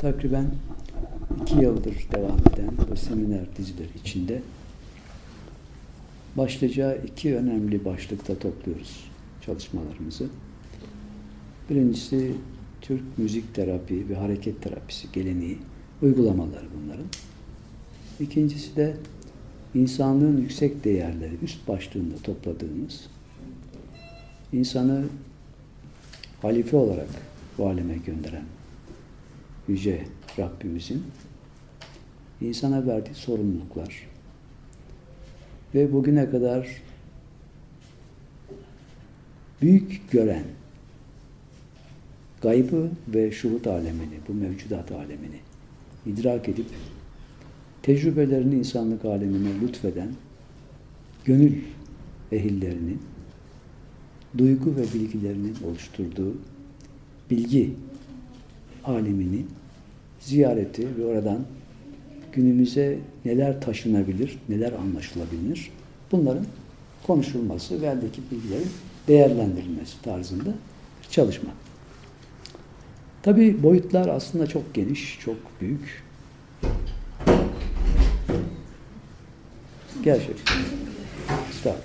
Takriben 2 yıldır devam eden bu seminer dizileri içinde başlıca 2 önemli başlıkta topluyoruz çalışmalarımızı. Birincisi Türk müzik terapi ve hareket terapisi geleneği, uygulamaları bunların. İkincisi de insanlığın yüksek değerleri üst başlığında topladığımız, insanı halife olarak bu aleme gönderen Yüce Rabbimizin insana verdiği sorumluluklar ve bugüne kadar büyük gören gaybı ve şuhud alemini, bu mevcudat alemini idrak edip tecrübelerini insanlık alemine lütfeden gönül ehillerinin duygu ve bilgilerinin oluşturduğu bilgi alemini ziyareti ve oradan günümüze neler taşınabilir, neler anlaşılabilir, bunların konuşulması ve eldeki bilgilerin değerlendirilmesi tarzında bir çalışma. Tabii boyutlar aslında çok geniş, çok büyük. Gerçekten. Stop.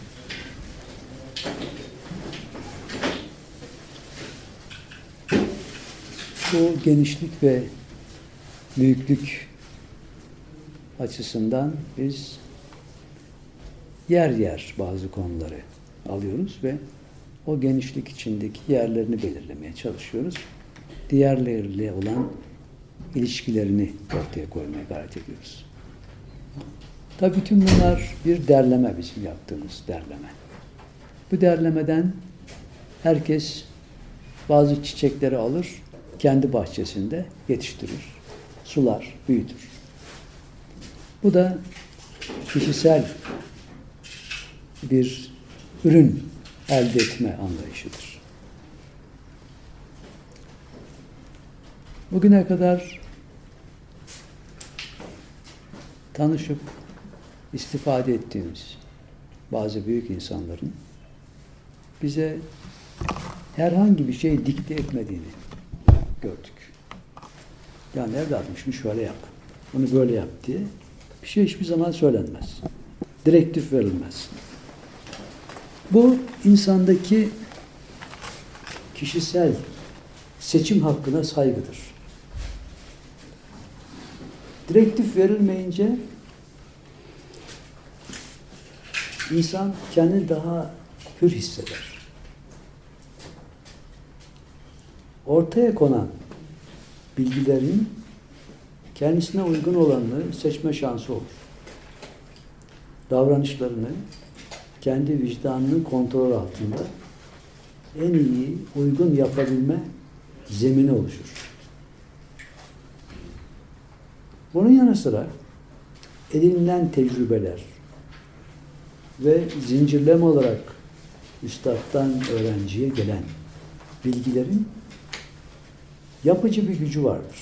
Bu genişlik ve büyüklük açısından biz yer yer bazı konuları alıyoruz ve o genişlik içindeki yerlerini belirlemeye çalışıyoruz. Diğerleriyle olan ilişkilerini ortaya koymaya gayret ediyoruz. Tabii bütün bunlar bir derleme, bizim yaptığımız derleme. Bu derlemeden herkes bazı çiçekleri alır, kendi bahçesinde yetiştirir, sular, büyütür. Bu da kişisel bir ürün elde etme anlayışıdır. Bugüne kadar tanışıp istifade ettiğimiz bazı büyük insanların bize herhangi bir şey dikte etmediğini gördük. Yani evladım şunu şöyle yap, bunu böyle yap diye bir şey hiçbir zaman söylenmez. Direktif verilmez. Bu insandaki kişisel seçim hakkına saygıdır. Direktif verilmeyince insan kendini daha hür hisseder. Ortaya konan bilgilerin kendisine uygun olanını seçme şansı olur. Davranışlarını kendi vicdanının kontrol altında en iyi, uygun yapabilme zemini oluşur. Bunun yanı sıra edinilen tecrübeler ve zincirleme olarak üstattan öğrenciye gelen bilgilerin yapıcı bir gücü vardır.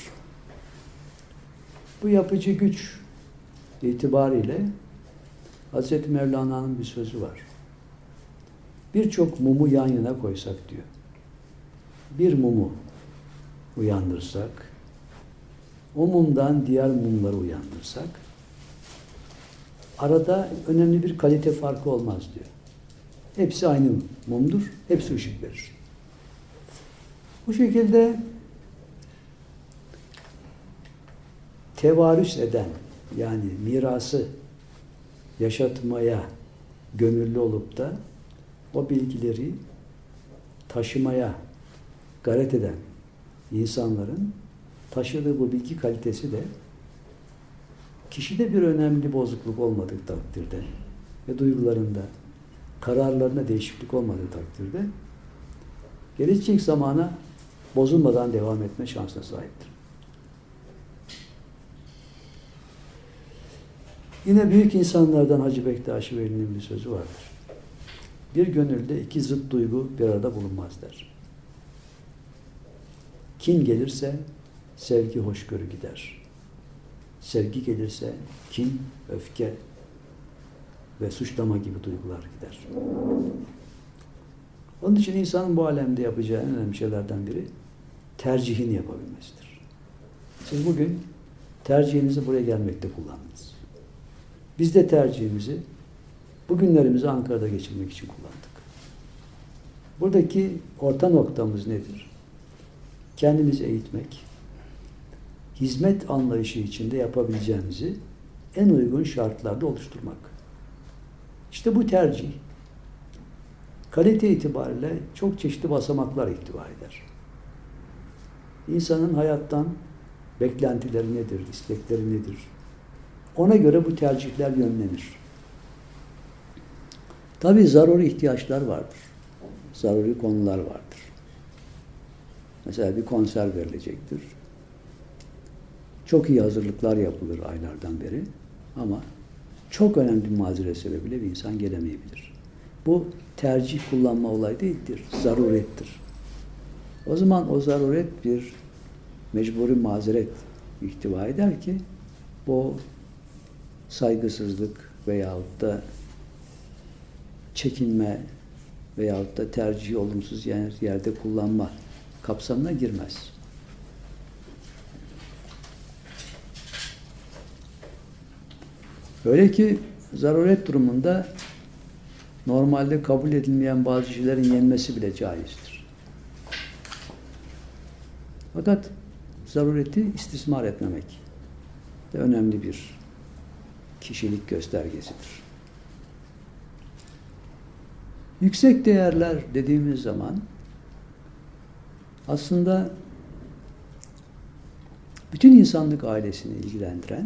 Bu yapıcı güç itibariyle Hz. Mevlana'nın bir sözü var. Birçok mumu yan yana koysak diyor. Bir mumu uyandırsak, o mumdan diğer mumları uyandırsak, arada önemli bir kalite farkı olmaz diyor. Hepsi aynı mumdur, hepsi ışık verir. Bu şekilde tevarüs eden, yani mirası yaşatmaya gönüllü olup da o bilgileri taşımaya gayret eden insanların taşıdığı bu bilgi kalitesi de kişide bir önemli bozukluk olmadığı takdirde ve duygularında, kararlarına değişiklik olmadığı takdirde gelecek zamana bozulmadan devam etme şansına sahiptir. Yine büyük insanlardan Hacı Bektaşi Veli'nin bir sözü vardır. Bir gönülde 2 zıt duygu bir arada bulunmaz der. Kin gelirse sevgi, hoşgörü gider. Sevgi gelirse kin, öfke ve suçlama gibi duygular gider. Onun için insanın bu alemde yapacağı en önemli şeylerden biri tercihini yapabilmesidir. Siz bugün tercihinizi buraya gelmekte kullandınız. Biz de tercihimizi bugünlerimizi Ankara'da geçirmek için kullandık. Buradaki orta noktamız nedir? Kendimizi eğitmek, hizmet anlayışı içinde yapabileceğimizi en uygun şartlarda oluşturmak. İşte bu tercih, kalite itibariyle çok çeşitli basamaklar ihtiva eder. İnsanın hayattan beklentileri nedir, istekleri nedir? Ona göre bu tercihler yönlenir. Tabii zaruri ihtiyaçlar vardır. Zaruri konular vardır. Mesela bir konser verilecektir. Çok iyi hazırlıklar yapılır aylardan beri ama çok önemli bir mazeret sebebiyle bir insan gelemeyebilir. Bu tercih kullanma olayı değildir, zarurettir. O zaman o zaruret bir mecburi mazeret ihtiva eder ki bu saygısızlık veyahut da çekinme veyahut da tercihi olumsuz yerde kullanma kapsamına girmez. Öyle ki zaruret durumunda normalde kabul edilmeyen bazı şeylerin yenmesi bile caizdir. Fakat zarureti istismar etmemek de önemli bir kişilik göstergesidir. Yüksek değerler dediğimiz zaman aslında bütün insanlık ailesini ilgilendiren,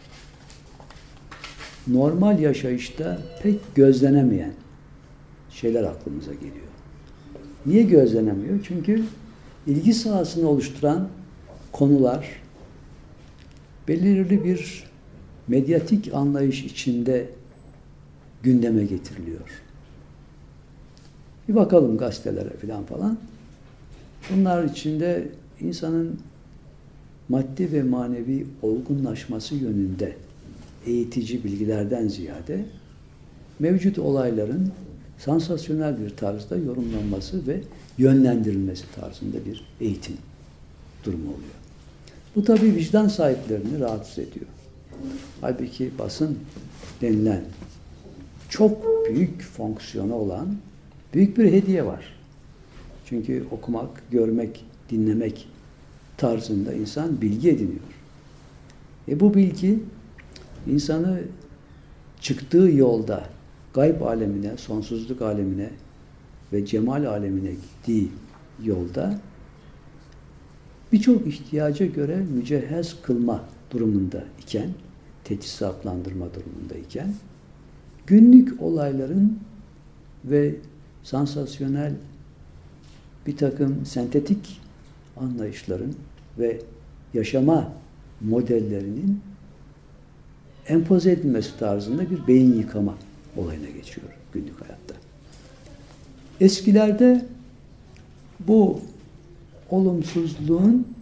normal yaşayışta pek gözlenemeyen şeyler aklımıza geliyor. Niye gözlenemiyor? Çünkü ilgi sahasını oluşturan konular belirli bir medyatik anlayış içinde gündeme getiriliyor. Bir bakalım gazetelere falan. Bunlar içinde insanın maddi ve manevi olgunlaşması yönünde eğitici bilgilerden ziyade mevcut olayların sansasyonel bir tarzda yorumlanması ve yönlendirilmesi tarzında bir eğitim durumu oluyor. Bu tabii vicdan sahiplerini rahatsız ediyor. Halbuki basın denilen çok büyük fonksiyonu olan büyük bir hediye var. Çünkü okumak, görmek, dinlemek tarzında insan bilgi ediniyor. Bu bilgi insanı çıktığı yolda gayb alemine, sonsuzluk alemine ve cemal alemine gittiği yolda birçok ihtiyaca göre mücehhez kılma durumunda iken, teçhizatlandırma durumunda iken, günlük olayların ve sansasyonel bir takım sentetik anlayışların ve yaşama modellerinin empoze edilmesi tarzında bir beyin yıkama olayına geçiyor günlük hayatta. Eskilerde bu olumsuzluğun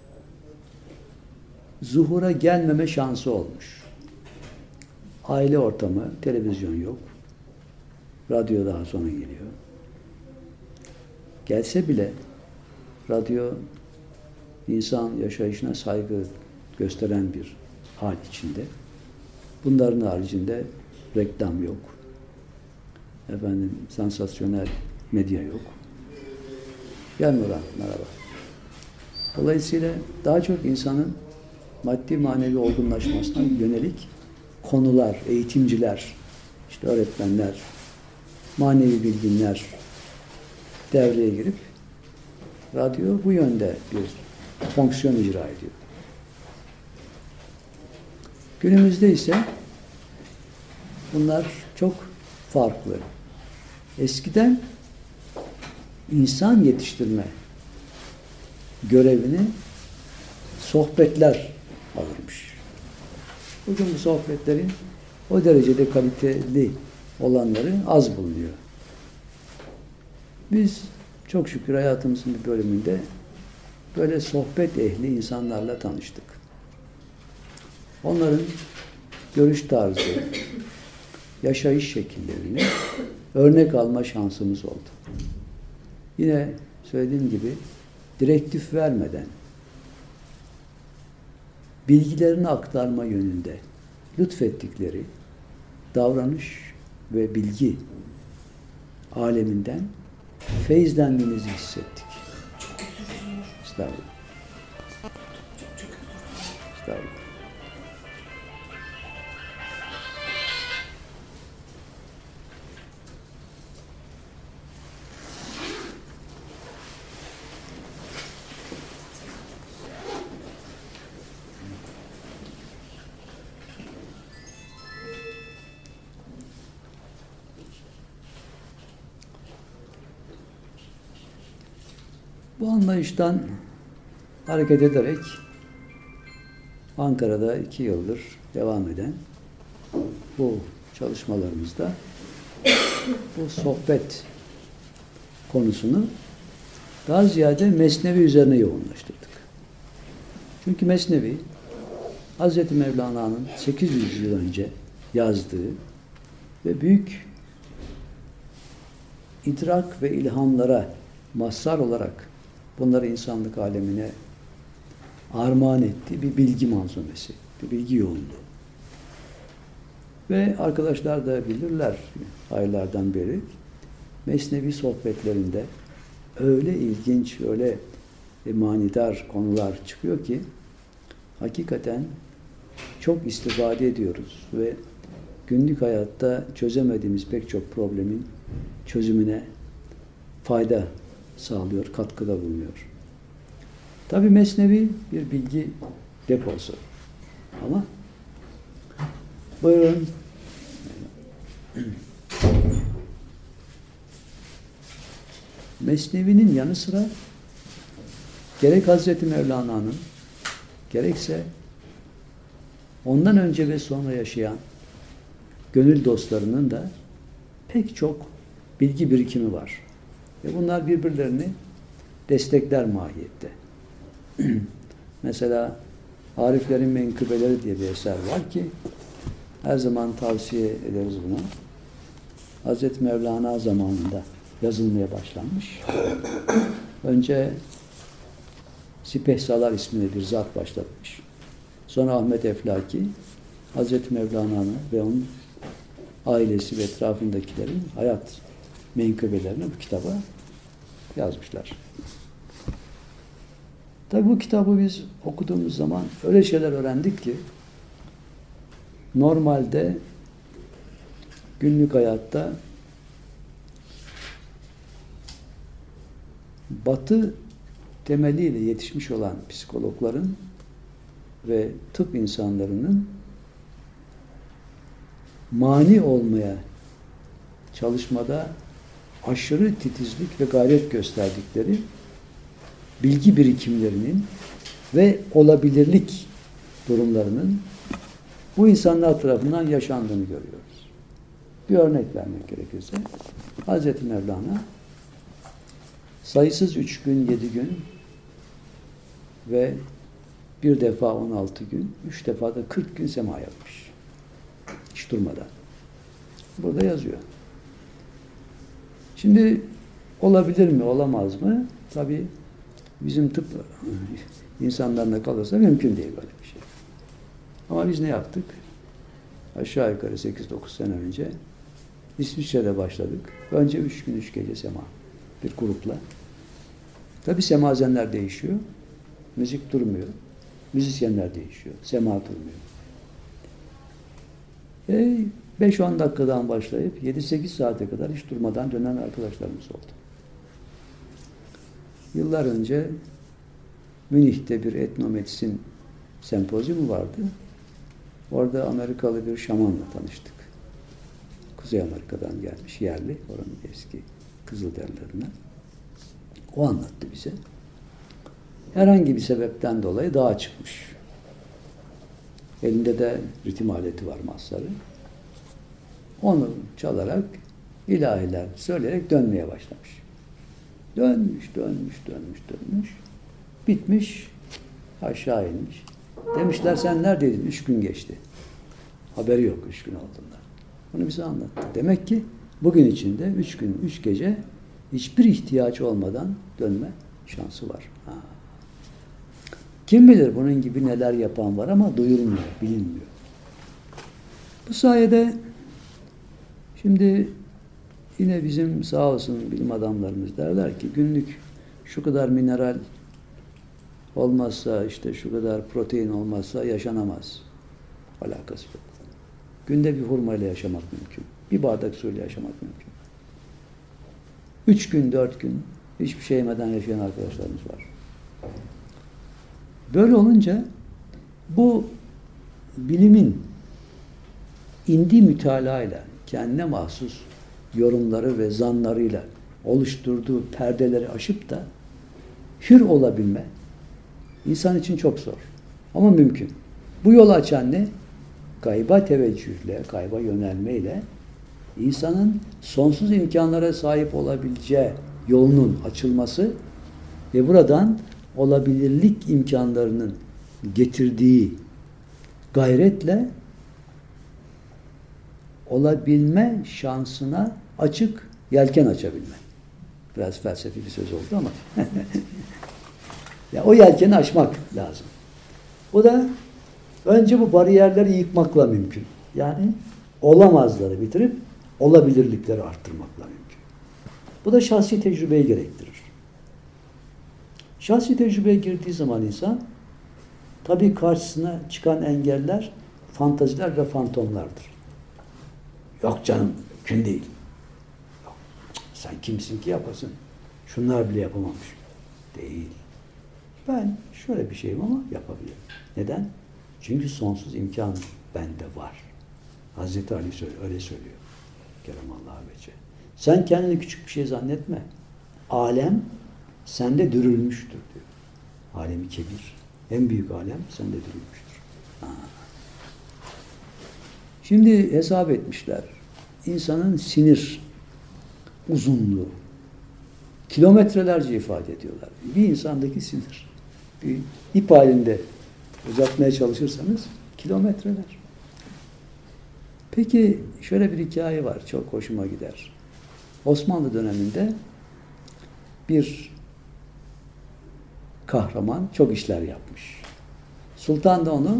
zuhura gelmeme şansı olmuş. Aile ortamı, televizyon yok. Radyo daha sonra geliyor. Gelse bile radyo insan yaşayışına saygı gösteren bir hal içinde. Bunların haricinde reklam yok. Sansasyonel medya yok. Gel Nurhan, merhaba. Dolayısıyla daha çok insanın maddi manevi olgunlaşmasına yönelik konular, eğitimciler, işte öğretmenler, manevi bilginler devreye girip radyo bu yönde bir fonksiyon icra ediyor. Günümüzde ise bunlar çok farklı. Eskiden insan yetiştirme görevini sohbetler alırmış. Bugün bu sohbetlerin o derecede kaliteli olanları az bulunuyor. Biz çok şükür hayatımızın bir bölümünde böyle sohbet ehli insanlarla tanıştık. Onların görüş tarzı, yaşayış şekillerini örnek alma şansımız oldu. Yine söylediğim gibi direktif vermeden bilgilerini aktarma yönünde lütfettikleri davranış ve bilgi aleminden feyizlendiğimizi hissettik. Estağfurullah. Estağfurullah. Bu anlayıştan hareket ederek Ankara'da 2 yıldır devam eden bu çalışmalarımızda bu sohbet konusunu daha ziyade Mesnevi üzerine yoğunlaştırdık. Çünkü Mesnevi Hz. Mevlana'nın 800 yıl önce yazdığı ve büyük idrak ve ilhamlara mazhar olarak bunları insanlık alemine armağan ettiği bir bilgi manzumesi, bir bilgi yoğunluğu. Ve arkadaşlar da bilirler aylardan beri Mesnevi sohbetlerinde öyle ilginç, öyle manidar konular çıkıyor ki hakikaten çok istifade ediyoruz ve günlük hayatta çözemediğimiz pek çok problemin çözümüne fayda sağlıyor, katkıda bulunuyor. Tabii Mesnevi bir bilgi deposu. Ama buyurun. Mesnevi'nin yanı sıra gerek Hazreti Mevlana'nın gerekse ondan önce ve sonra yaşayan gönül dostlarının da pek çok bilgi birikimi var. Ve bunlar birbirlerini destekler mahiyette. Mesela Ariflerin Menkıbeleri diye bir eser var ki her zaman tavsiye ederiz bunu. Hazreti Mevlana zamanında yazılmaya başlanmış. Önce Sipehsalar isminde bir zat başlatmış. Sonra Ahmet Eflaki Hazreti Mevlana'nın ve onun ailesi ve etrafındakilerin hayat menkıbelerini bu kitaba yazmışlar. Tabi bu kitabı biz okuduğumuz zaman öyle şeyler öğrendik ki normalde günlük hayatta Batı temeliyle yetişmiş olan psikologların ve tıp insanlarının mani olmaya çalışmada aşırı titizlik ve gayret gösterdikleri bilgi birikimlerinin ve olabilirlik durumlarının bu insanlar tarafından yaşandığını görüyoruz. Bir örnek vermek gerekirse Hz. Mevlana sayısız 3 gün, 7 gün ve bir defa 16 gün, 3 defa da 40 gün sema yapmış. Hiç durmadan. Burada yazıyor. Şimdi olabilir mi, olamaz mı? Tabii bizim tıp insanlarına kalırsa mümkün değil böyle bir şey. Ama biz ne yaptık? Aşağı yukarı 8-9 sene önce İsviçre'de başladık. Önce 3 gün 3 gece sema bir grupla. Tabii semazenler değişiyor. Müzik durmuyor. Müzisyenler değişiyor. Sema durmuyor. 5-10 dakikadan başlayıp 7-8 saate kadar hiç durmadan dönen arkadaşlarımız oldu. Yıllar önce Münih'te bir etnomedsin sempozyumu vardı. Orada Amerikalı bir şamanla tanıştık. Kuzey Amerika'dan gelmiş, yerli, oranın eski Kızılderililerinden. O anlattı bize. Herhangi bir sebepten dolayı dağa çıkmış. Elinde de ritim aleti var, mazharı. Onu çalarak ilahiler söyleyerek dönmeye başlamış. Dönmüş. Bitmiş, aşağı inmiş. Demişler sen neredeydin? 3 gün geçti. Haberi yok 3 gün olduğundan. Bunu bize anlattı. Demek ki bugün içinde 3 gün, 3 gece hiçbir ihtiyaç olmadan dönme şansı var. Kim bilir bunun gibi neler yapan var ama duyulmuyor, bilinmiyor. Bu sayede şimdi yine bizim sağ olsun bilim adamlarımız derler ki günlük şu kadar mineral olmazsa, işte şu kadar protein olmazsa yaşanamaz. Alakası yok. Günde bir hurmayla yaşamak mümkün. Bir bardak suyla yaşamak mümkün. 3 gün, 4 gün hiçbir şey yemeden yaşayan arkadaşlarımız var. Böyle olunca bu bilimin indi mütalaayla, kendine mahsus yorumları ve zanlarıyla oluşturduğu perdeleri aşıp da hür olabilme insan için çok zor. Ama mümkün. Bu yolu açan ne? Gayba teveccühle, gayba yönelmeyle insanın sonsuz imkanlara sahip olabileceği yolunun açılması ve buradan olabilirlik imkanlarının getirdiği gayretle olabilme şansına açık yelken açabilme. Biraz felsefi bir söz oldu ama ya o yelkeni aşmak lazım. O da önce bu bariyerleri yıkmakla mümkün. Yani olamazları bitirip olabilirlikleri arttırmakla mümkün. Bu da şahsi tecrübeyi gerektirir. Şahsi tecrübeye girdiği zaman insan tabii karşısına çıkan engeller fantaziler ve fantomlardır. Yok canım, mümkün değil. Yok, sen kimsin ki yapasın? Şunlar bile yapamamış. Değil. Ben şöyle bir şeyim ama yapabilirim. Neden? Çünkü sonsuz imkan bende var. Hazreti Ali öyle söylüyor. Keremallahu vece. Sen kendini küçük bir şey zannetme. Alem sende dürülmüştür diyor. Alemi kebir. En büyük alem sende dürülmüştür. Şimdi hesap etmişler. İnsanın sinir uzunluğu kilometrelerce ifade ediyorlar. Bir insandaki sinir. Bir ip halinde uzatmaya çalışırsanız kilometreler. Peki şöyle bir hikaye var. Çok hoşuma gider. Osmanlı döneminde bir kahraman çok işler yapmış. Sultan da onu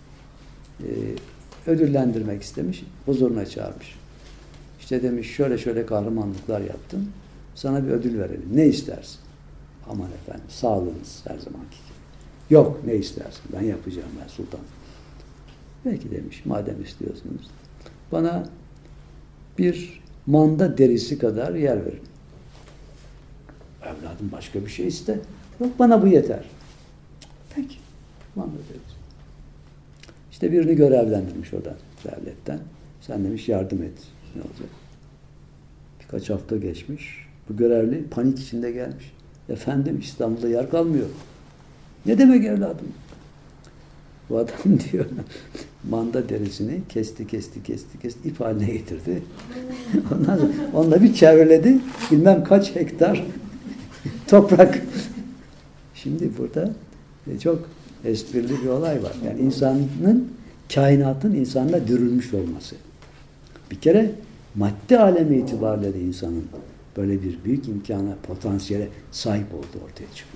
ödüllendirmek istemiş. Huzuruna çağırmış. İşte demiş şöyle şöyle kahramanlıklar yaptın. Sana bir ödül verelim. Ne istersin? Aman efendim sağlığınız her zamanki gibi. Yok ne istersin? Ben yapacağım ben sultan. Peki demiş madem istiyorsunuz. Bana bir manda derisi kadar yer verin. Evladım başka bir şey iste. Yok bana bu yeter. Peki. Manda derisi. İşte birini görevlendirmiş o da devletten. Sen demiş yardım et. Ne olacak? Birkaç hafta geçmiş. Bu görevli panik içinde gelmiş. Efendim İstanbul'da yer kalmıyor. Ne demek evladım? Bu adam diyor manda derisini kesti ip haline getirdi. Ondan sonra onunla bir çevreledi. Bilmem kaç hektar toprak. Şimdi burada çok esprili bir olay var. Yani insanın, kainatın insanla dürülmüş olması. Bir kere madde alemi itibariyle de insanın böyle bir büyük imkana, potansiyele sahip olduğu ortaya çıkıyor.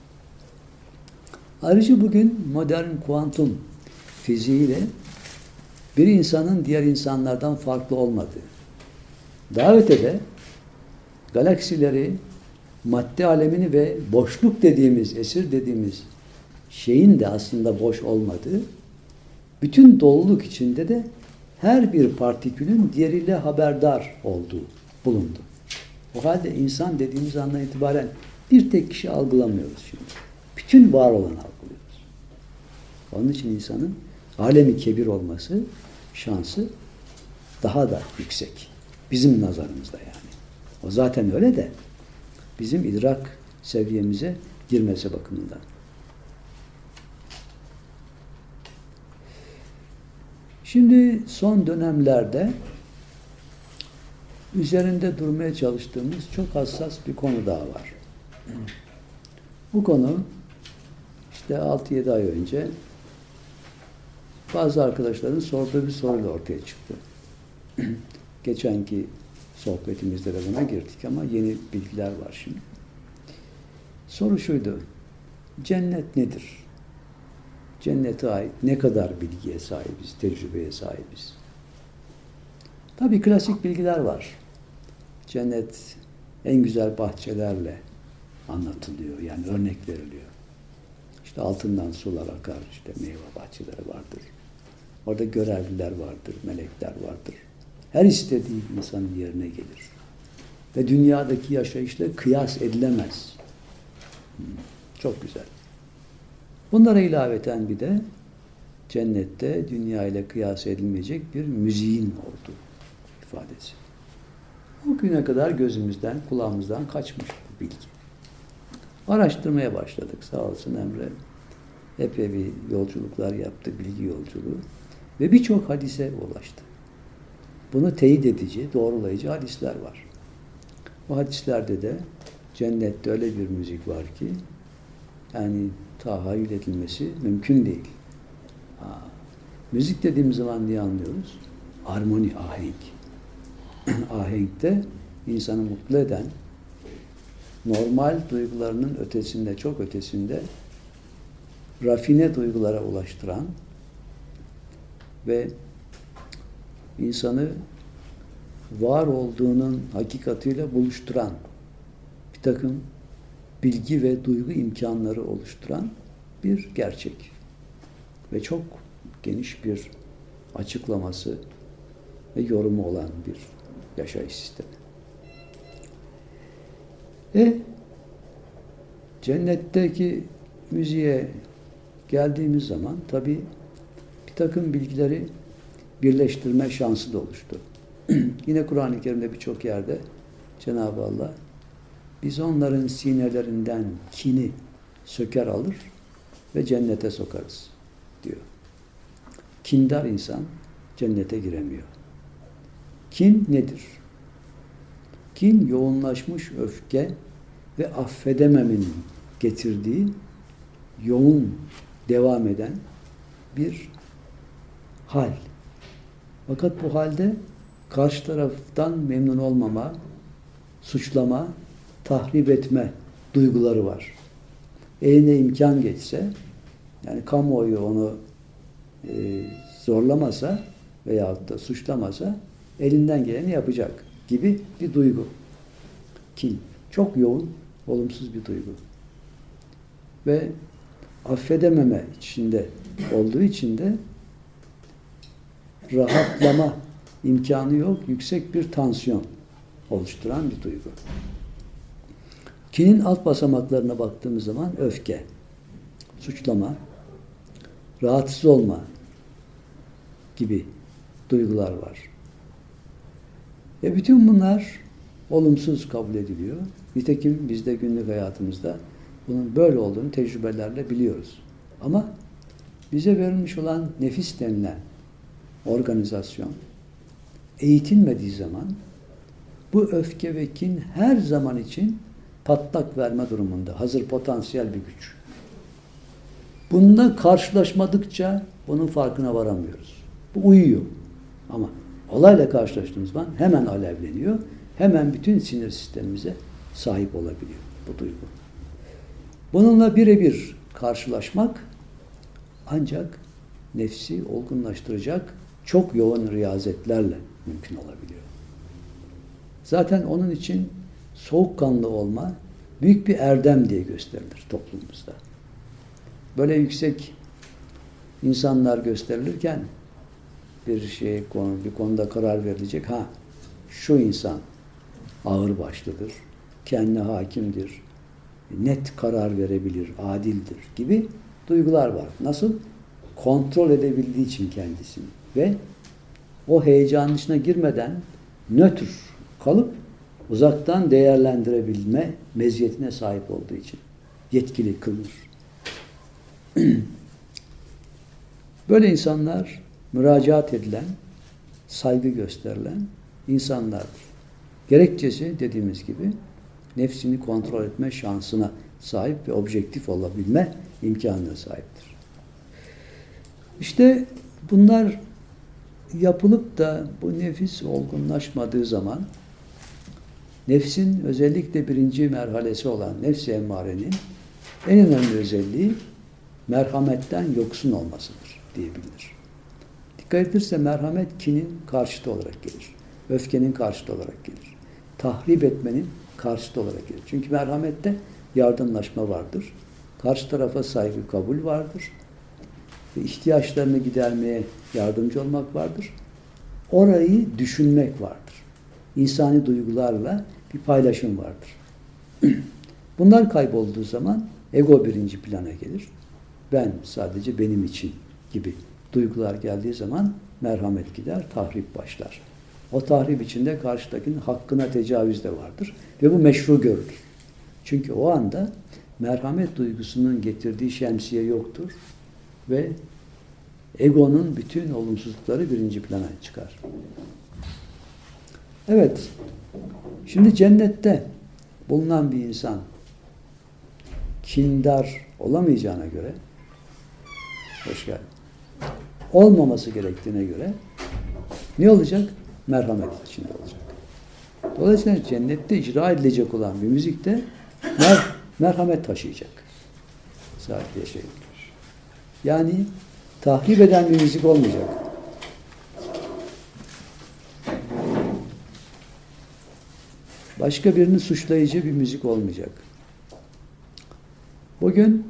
Ayrıca bugün modern kuantum fiziğiyle bir insanın diğer insanlardan farklı olmadığı, daha ötede galaksileri, madde alemini ve boşluk dediğimiz, esir dediğimiz şeyin de aslında boş olmadığı, bütün doluluk içinde de her bir partikülün diğeriyle haberdar olduğu bulundu. O halde insan dediğimiz andan itibaren bir tek kişi algılamıyoruz şimdi. Bütün var olanı algılıyoruz. Onun için insanın alemi kebir olması şansı daha da yüksek. Bizim nazarımızda yani. O zaten öyle de bizim idrak seviyemize girmesi bakımından. Şimdi son dönemlerde üzerinde durmaya çalıştığımız çok hassas bir konu daha var. Bu konu işte 6-7 ay önce bazı arkadaşların sorduğu bir soruyla ortaya çıktı. Geçenki sohbetimizde de buna girdik ama yeni bilgiler var şimdi. Soru şuydu. Cennet nedir? cennete ait ne kadar bilgiye sahibiz, tecrübeye sahibiz? Tabii klasik bilgiler var. Cennet en güzel bahçelerle anlatılıyor. Yani örnek veriliyor. İşte altından sular akar, işte meyve bahçeleri vardır. Orada görevliler vardır, melekler vardır. Her istediği insanın yerine gelir. Ve dünyadaki yaşayışla kıyas edilemez. Çok güzel. Bunlara ilaveten bir de cennette dünya ile kıyas edilmeyecek bir müziğin olduğu ifadesi. O güne kadar gözümüzden, kulağımızdan kaçmış bu bilgi. Araştırmaya başladık. Sağ olsun Emre. Epey bir yolculuklar yaptı, bilgi yolculuğu. Ve birçok hadise ulaştı. Bunu teyit edici, doğrulayıcı hadisler var. O hadislerde de cennette öyle bir müzik var ki yani tahayyül edilmesi mümkün değil. Müzik dediğimiz zaman niye anlıyoruz? Armoni, ahenk. Ahenkte insanı mutlu eden, normal duygularının ötesinde, çok ötesinde rafine duygulara ulaştıran ve insanı var olduğunun hakikatiyle buluşturan bir takım bilgi ve duygu imkanları oluşturan bir gerçek. Ve çok geniş bir açıklaması ve yorumu olan bir yaşayış sistemi. Cennetteki müziğe geldiğimiz zaman tabii bir takım bilgileri birleştirme şansı da oluştu. Yine Kur'an-ı Kerim'de birçok yerde Cenab-ı Allah biz onların sinelerinden kini söker alır ve cennete sokarız diyor. Kindar insan cennete giremiyor. Kin nedir? Kin yoğunlaşmış öfke ve affedememenin getirdiği yoğun devam eden bir hal. Fakat bu halde karşı taraftan memnun olmama, suçlama, tahrip etme duyguları var. Eline imkan geçse, yani kamuoyu onu zorlamasa veyahut da suçlamasa elinden geleni yapacak gibi bir duygu. Kin. Çok yoğun, olumsuz bir duygu. Ve affedememe içinde olduğu için de rahatlama imkanı yok, yüksek bir tansiyon oluşturan bir duygu. Kinin alt basamaklarına baktığımız zaman öfke, suçlama, rahatsız olma gibi duygular var. Bütün bunlar olumsuz kabul ediliyor. Nitekim biz de günlük hayatımızda bunun böyle olduğunu tecrübelerle biliyoruz. Ama bize verilmiş olan nefis denilen organizasyon eğitilmediği zaman bu öfke ve kin her zaman için patlak verme durumunda. Hazır potansiyel bir güç. Bununla karşılaşmadıkça bunun farkına varamıyoruz. Bu uyuyor. Ama olayla karşılaştığımız zaman hemen alevleniyor. Hemen bütün sinir sistemimize sahip olabiliyor bu duygu. Bununla birebir karşılaşmak ancak nefsi olgunlaştıracak çok yoğun riyazetlerle mümkün olabiliyor. Zaten onun için soğukkanlı olma büyük bir erdem diye gösterilir toplumumuzda. Böyle yüksek insanlar gösterilirken bir konuda karar verilecek. Şu insan ağırbaşlıdır, kendine hakimdir, net karar verebilir, adildir gibi duygular var. Nasıl? Kontrol edebildiği için kendisini ve o heyecanın içine girmeden nötr kalıp uzaktan değerlendirebilme meziyetine sahip olduğu için yetkili kılınır. Böyle insanlar müracaat edilen, saygı gösterilen insanlardır. Gerekçesi dediğimiz gibi nefsini kontrol etme şansına sahip ve objektif olabilme imkanına sahiptir. İşte bunlar yapılıp da bu nefis olgunlaşmadığı zaman nefsin özellikle birinci merhalesi olan nefs-i emmarenin en önemli özelliği merhametten yoksun olmasıdır diyebilir. Dikkat edilirse merhamet kinin karşıtı olarak gelir. Öfkenin karşıtı olarak gelir. Tahrip etmenin karşıtı olarak gelir. Çünkü merhamette yardımlaşma vardır. Karşı tarafa saygı, kabul vardır. Ve ihtiyaçlarını gidermeye yardımcı olmak vardır. Orayı düşünmek vardır. İnsani duygularla bir paylaşım vardır. Bunlar kaybolduğu zaman ego birinci plana gelir. Ben sadece benim için gibi duygular geldiği zaman merhamet gider, tahrip başlar. O tahrip içinde karşıdakinin hakkına tecavüz de vardır ve bu meşru görülür. Çünkü o anda merhamet duygusunun getirdiği şemsiye yoktur ve egonun bütün olumsuzlukları birinci plana çıkar. Evet, şimdi cennette bulunan bir insan kindar olamayacağına göre, hoş geldin, olmaması gerektiğine göre ne olacak? Merhamet içinde olacak. Dolayısıyla cennette icra edilecek olan bir müzikte merhamet taşıyacak. Sadece şey. Yani tahrip eden bir müzik olmayacak. Başka birini suçlayıcı bir müzik olmayacak. Bugün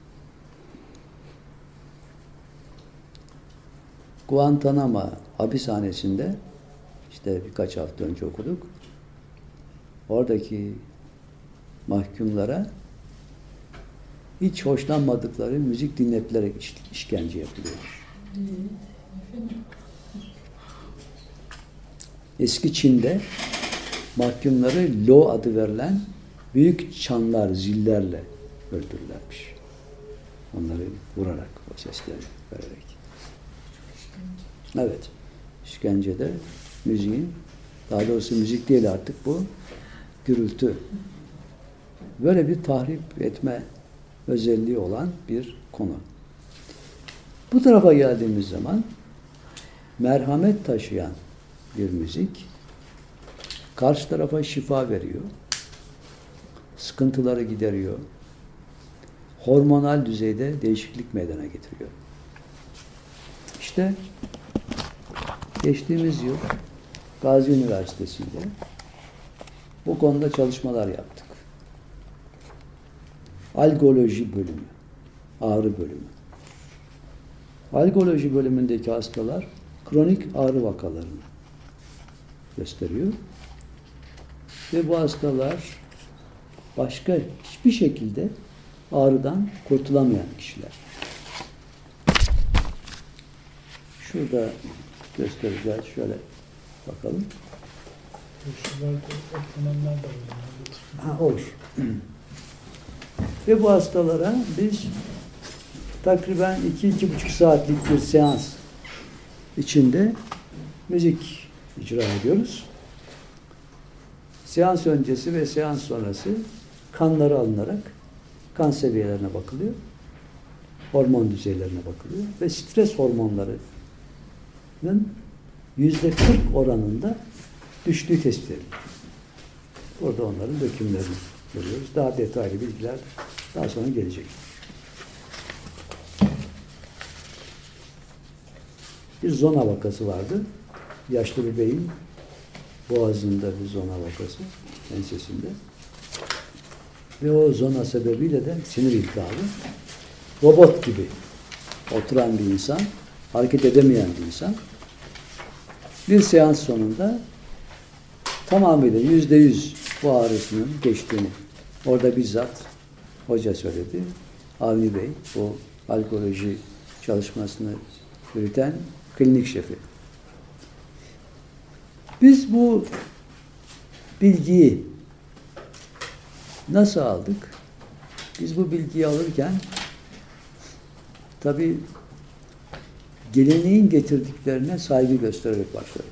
Guantanamo hapishanesinde işte birkaç hafta önce okuduk. Oradaki mahkumlara hiç hoşlanmadıkları müzik dinletilerek işkence yapılıyor. Eski Çin'de mahkumları lo adı verilen büyük çanlar, zillerle öldürürlermiş. Onları vurarak, o sesleri vererek. Evet. İşkencede müziğin, daha doğrusu müzik değil artık bu, gürültü. Böyle bir tahrip etme özelliği olan bir konu. Bu tarafa geldiğimiz zaman merhamet taşıyan bir müzik karşı tarafa şifa veriyor. Sıkıntıları gideriyor. Hormonal düzeyde değişiklik meydana getiriyor. İşte geçtiğimiz yıl Gazi Üniversitesi'nde bu konuda çalışmalar yaptık. Algoloji bölümü, ağrı bölümü. Algoloji bölümündeki hastalar kronik ağrı vakalarını gösteriyor. Ve bu hastalar başka hiçbir şekilde ağrıdan kurtulamayan kişiler. Şurada göstereceğiz. Şöyle bakalım. Olur. Ve bu hastalara biz takriben 2-2,5 saatlik bir seans içinde müzik icra ediyoruz. Seans öncesi ve seans sonrası kanları alınarak kan seviyelerine bakılıyor. Hormon düzeylerine bakılıyor. Ve stres hormonlarının %40 oranında düştüğü tespit ediliyor. Burada onların dökümlerini görüyoruz. Daha detaylı bilgiler daha sonra gelecek. Bir zona vakası vardı. Yaşlı bir beyin boğazında bir zona vakası, ensesinde. Ve o zona sebebiyle de sinir iltihabı. Robot gibi oturan bir insan, hareket edemeyen bir insan. Bir seans sonunda tamamıyla %100 bu ağrısının geçtiğini orada bizzat hoca söyledi. Avni Bey, o algoloji çalışmasını yürüten klinik şefi. Biz bu bilgiyi nasıl aldık? Biz bu bilgiyi alırken tabii geleneğin getirdiklerine saygı göstererek başladık.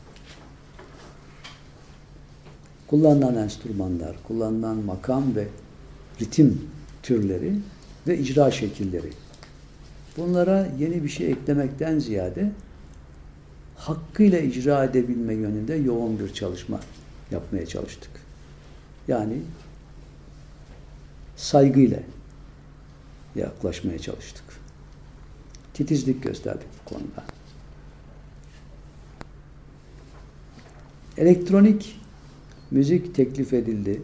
Kullanılan enstrümanlar, kullanılan makam ve ritim türleri ve icra şekilleri. Bunlara yeni bir şey eklemekten ziyade hakkıyla icra edebilme yönünde yoğun bir çalışma yapmaya çalıştık. Yani saygıyla, yaklaşmaya çalıştık. Titizlik gösterdik bu konuda. Elektronik müzik teklif edildi.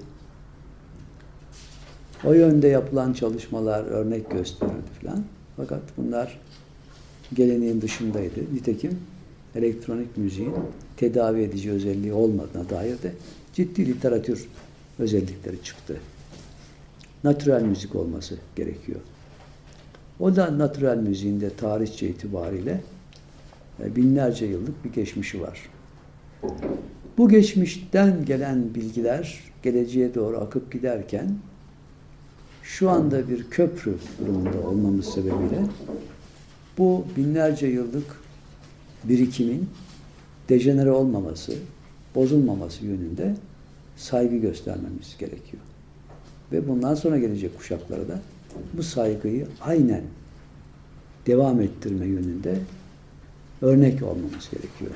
O yönde yapılan çalışmalar örnek gösterildi filan. Fakat bunlar geleneğin dışındaydı. Nitekim elektronik müziğin tedavi edici özelliği olmadığına dair de ciddi literatür özellikleri çıktı. Natürel müzik olması gerekiyor. O da natürel müziğin de tarihçe itibariyle binlerce yıllık bir geçmişi var. Bu geçmişten gelen bilgiler geleceğe doğru akıp giderken şu anda bir köprü durumunda olmamız sebebiyle bu binlerce yıllık birikimin dejenere olmaması, bozulmaması yönünde saygı göstermemiz gerekiyor. Ve bundan sonra gelecek kuşaklara da bu saygıyı aynen devam ettirme yönünde örnek olmamız gerekiyor.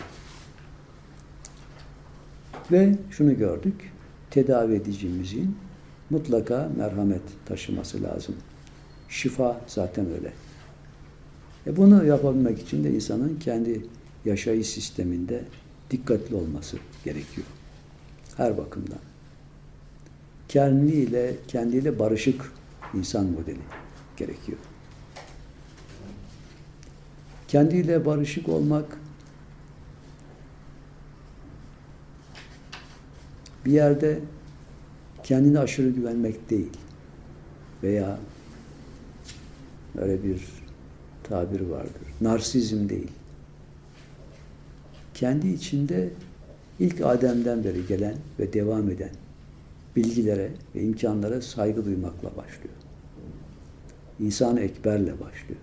Ve şunu gördük, tedavi edici müziğin mutlaka merhamet taşıması lazım. Şifa zaten öyle. Bunu yapabilmek için de insanın kendi yaşayış sisteminde dikkatli olması gerekiyor. Her bakımdan. Kendiyle barışık insan modeli gerekiyor. Kendiyle barışık olmak bir yerde kendine aşırı güvenmek değil. Veya öyle bir tabir vardır. Narsizm değil. Kendi içinde ilk Adem'den beri gelen ve devam eden bilgilere ve imkanlara saygı duymakla başlıyor. İnsan-ı Ekber'le başlıyor.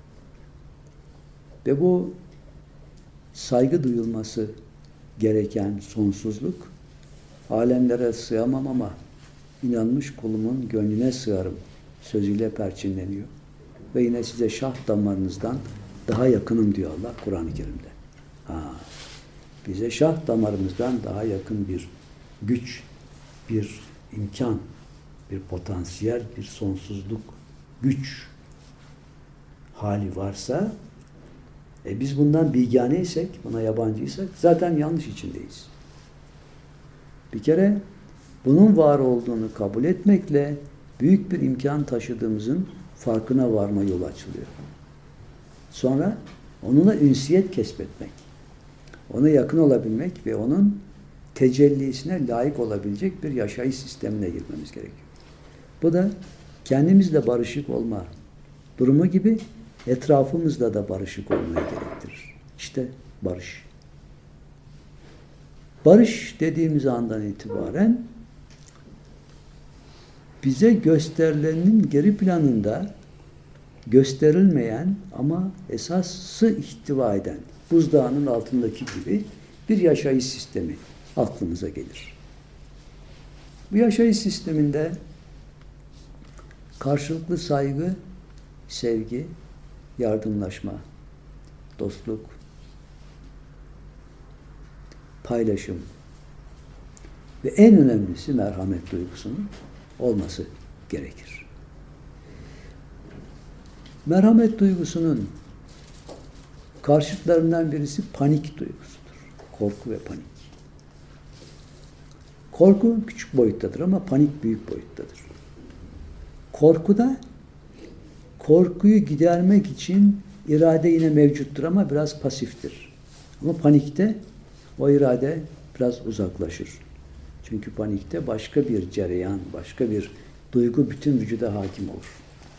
Ve bu saygı duyulması gereken sonsuzluk, alemlere sığamam ama inanmış kulumun gönlüne sığarım sözüyle perçinleniyor. Ve yine size şah damarınızdan daha yakınım diyor Allah Kur'an-ı Kerim'de. Bize şah damarımızdan daha yakın bir güç, bir imkan, bir potansiyel, bir sonsuzluk, güç hali varsa biz bundan biganeysek, buna yabancıysak zaten yanlış içindeyiz. Bir kere bunun var olduğunu kabul etmekle büyük bir imkan taşıdığımızın farkına varma yolu açılıyor. Sonra onunla ünsiyet kesbetmek, ona yakın olabilmek ve onun tecellisine layık olabilecek bir yaşayış sistemine girmemiz gerekiyor. Bu da kendimizle barışık olma durumu gibi etrafımızla da barışık olmayı gerektirir. İşte barış. Barış dediğimiz andan itibaren bize gösterilenin geri planında gösterilmeyen ama esası ihtiva eden buzdağının altındaki gibi bir yaşayış sistemi aklımıza gelir. Bu yaşayış sisteminde karşılıklı saygı, sevgi, yardımlaşma, dostluk, paylaşım ve en önemlisi merhamet duygusunun olması gerekir. Merhamet duygusunun karşıtlarından birisi panik duygusudur. Korku ve panik. Korku küçük boyuttadır ama panik büyük boyuttadır. Korkuda korkuyu gidermek için irade yine mevcuttur ama biraz pasiftir. Ama panikte o irade biraz uzaklaşır. Çünkü panikte başka bir cereyan, başka bir duygu bütün vücuda hakim olur.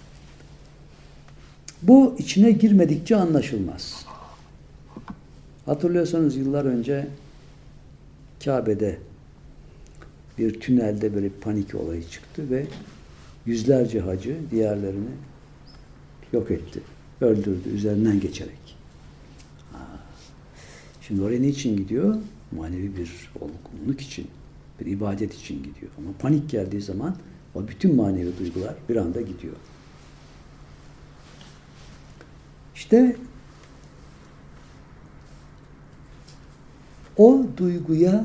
Bu içine girmedikçe anlaşılmaz. Hatırlıyorsanız yıllar önce Kabe'de bir tünelde böyle panik olayı çıktı ve yüzlerce hacı diğerlerini yok etti. Öldürdü üzerinden geçerek. Şimdi oraya niçin gidiyor? Manevi bir olgunluk için, bir ibadet için gidiyor. Ama panik geldiği zaman o bütün manevi duygular bir anda gidiyor. İşte o duyguya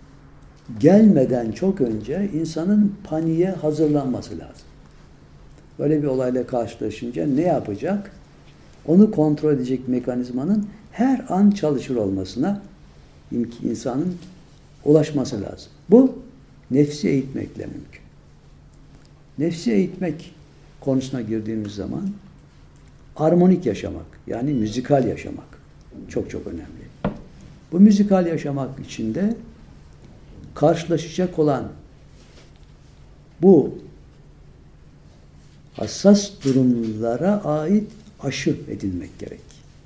gelmeden çok önce insanın paniğe hazırlanması lazım. böyle bir olayla karşılaşınca ne yapacak? Onu kontrol edecek mekanizmanın her an çalışır olmasına insanın ulaşması lazım. Bu nefsi eğitmekle mümkün. Nefsi eğitmek konusuna girdiğimiz zaman armonik yaşamak, yani müzikal yaşamak çok çok önemli. Bu müzikal yaşamak için de karşılaşacak olan bu hassas durumlara ait aşı edinmek gerek.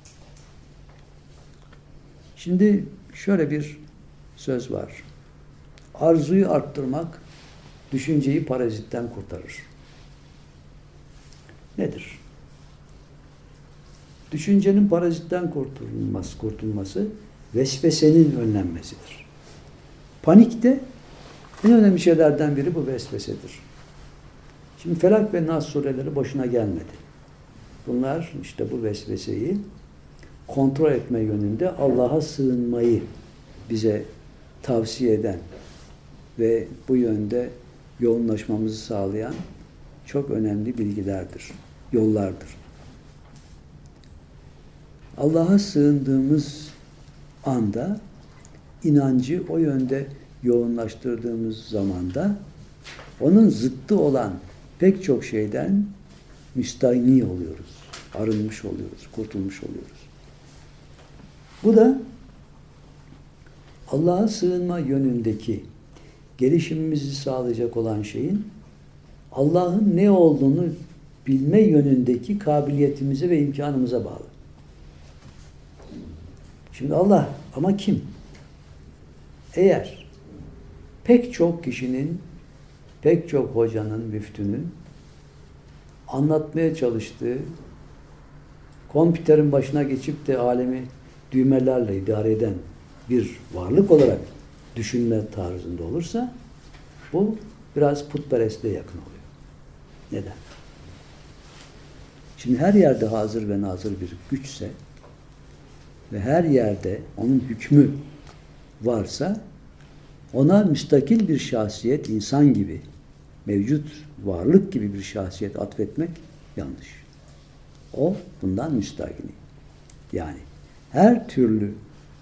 Şimdi şöyle bir söz var. Arzuyu arttırmak düşünceyi parazitten kurtarır. Nedir? Düşüncenin parazitten kurtulması vesvesenin önlenmesidir. Panikte en önemli şeylerden biri bu vesvesedir. Şimdi Felak ve Nas sureleri boşuna gelmedi. Bunlar işte bu vesveseyi kontrol etme yönünde Allah'a sığınmayı bize tavsiye eden ve bu yönde yoğunlaşmamızı sağlayan çok önemli bilgilerdir, yollardır. Allah'a sığındığımız anda inancı o yönde yoğunlaştırdığımız zamanda onun zıttı olan pek çok şeyden müstahni oluyoruz, arınmış oluyoruz, kurtulmuş oluyoruz. Bu da Allah'a sığınma yönündeki gelişimimizi sağlayacak olan şeyin Allah'ın ne olduğunu bilme yönündeki kabiliyetimize ve imkanımıza bağlı. Şimdi Allah ama kim? Eğer pek çok kişinin, pek çok hocanın, müftünün anlatmaya çalıştığı, kompüterin başına geçip de alemi düğmelerle idare eden bir varlık olarak düşünme tarzında olursa bu biraz putperestliğe yakın oluyor. Neden? Şimdi her yerde hazır ve nazır bir güçse ve her yerde onun hükmü varsa ona müstakil bir şahsiyet, insan gibi, mevcut varlık gibi bir şahsiyet atfetmek yanlış. O bundan müstahini. Yani her türlü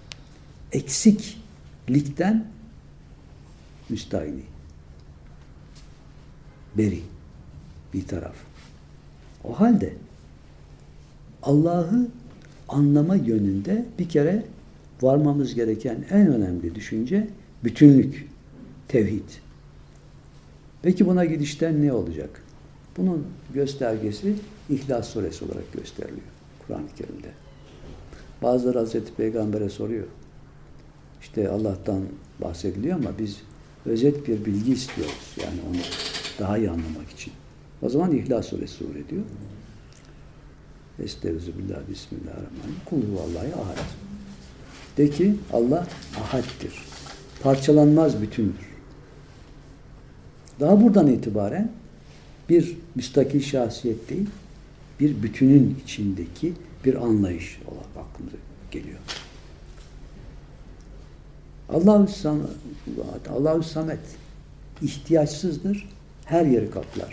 eksiklikten müstahini. Beri bir taraf. O halde Allah'ı anlama yönünde bir kere varmamız gereken en önemli düşünce bütünlük, tevhid. Peki buna gidişten ne olacak? Bunun göstergesi İhlas Suresi olarak gösteriliyor Kur'an-ı Kerim'de. Bazıları Hazreti Peygamber'e soruyor. İşte Allah'tan bahsediliyor ama biz özet bir bilgi istiyoruz. Yani onu daha iyi anlamak için. O zaman İhlas Suresi sur ediyor. Estağfirullah, bismillahirrahmanirrahim. Kul huvallahi ahad. De ki Allah ahaddir. Parçalanmaz bütündür. Daha buradan itibaren bir müstakil şahsiyet değil, bir bütünün içindeki bir anlayış olarak aklımıza geliyor. Allahu Samet ihtiyaçsızdır, her yeri kaplar.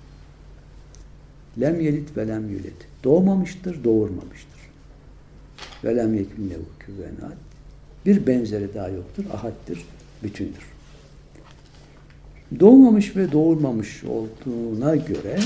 Lem yelit ve lem yulet. Doğmamıştır, doğurmamıştır. Ve lem yekun lehu kufuven ahad. Bir benzeri daha yoktur, ahaddir, bütündür. Doğmamış ve doğurmamış olduğuna göre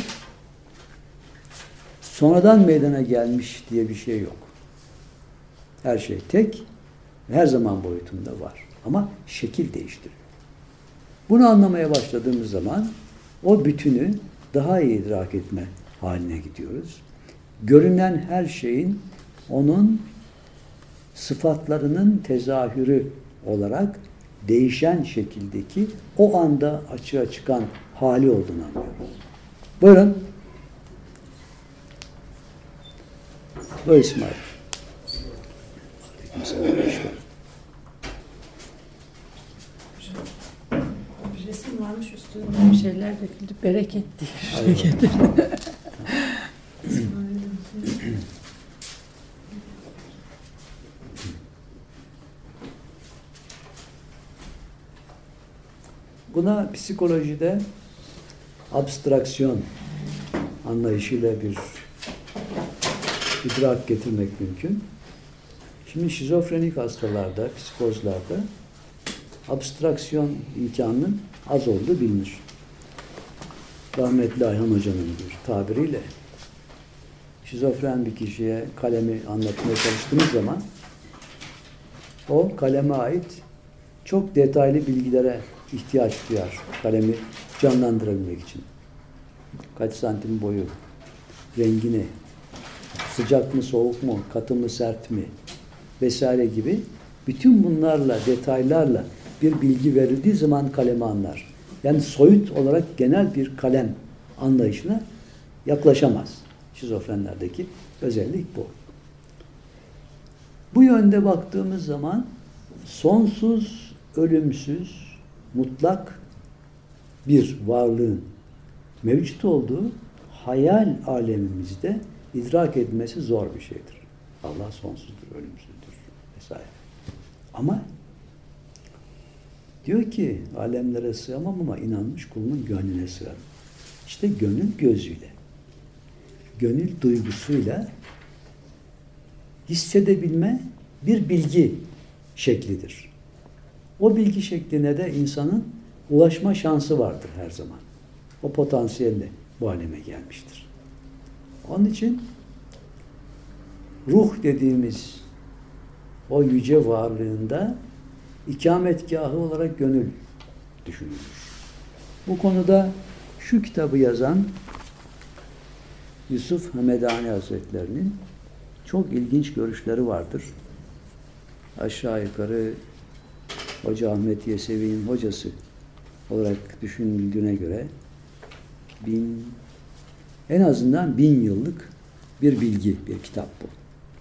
sonradan meydana gelmiş diye bir şey yok. Her şey tek, her zaman boyutunda var. Ama şekil değiştiriyor. Bunu anlamaya başladığımız zaman o bütünü daha iyi idrak etme haline gidiyoruz. Görünen her şeyin onun sıfatlarının tezahürü olarak değişen şekildeki o anda açığa çıkan hali olduğunu anlıyoruz. Buyurun. Buyur İsmail. Bir resim varmış üstünde bir şeyler döküldü. Bereket diye. Buna psikolojide abstraksiyon anlayışıyla bir idrak getirmek mümkün. Şimdi şizofrenik hastalarda, psikozlarda abstraksiyon imkanının az olduğu bilinir. Rahmetli Ayhan Hoca'nın bir tabiriyle şizofren bir kişiye kalemi anlatmaya çalıştığınız zaman o kaleme ait çok detaylı bilgilere ihtiyaç duyar. Kalemi canlandırabilmek için. Kaç santim boyu, rengi ne, sıcak mı soğuk mu, katı mı sert mi vesaire gibi bütün bunlarla, detaylarla bir bilgi verildiği zaman kalemi anlar. Yani soyut olarak genel bir kalem anlayışına yaklaşamaz. Şizofrenlerdeki özellik bu. Bu yönde baktığımız zaman sonsuz, ölümsüz, mutlak bir varlığın mevcut olduğu hayal alemimizde idrak edilmesi zor bir şeydir. Allah sonsuzdur, ölümsüzdür vesaire. Ama diyor ki alemlere sığamam ama inanmış kulunun gönlüne sığarım. İşte gönül gözüyle, gönül duygusuyla hissedebilme bir bilgi şeklidir. O bilgi şekline de insanın ulaşma şansı vardır her zaman. O potansiyelle bu aleme gelmiştir. Onun için ruh dediğimiz o yüce varlığında ikametgahı olarak gönül düşünülür. Bu konuda şu kitabı yazan Yusuf Hamedani Hazretleri'nin çok ilginç görüşleri vardır. Aşağı yukarı Hoca Ahmet Yesevi'nin hocası olarak düşünüldüğüne göre en azından 1000 yıllık bir bilgi, bir kitap bu.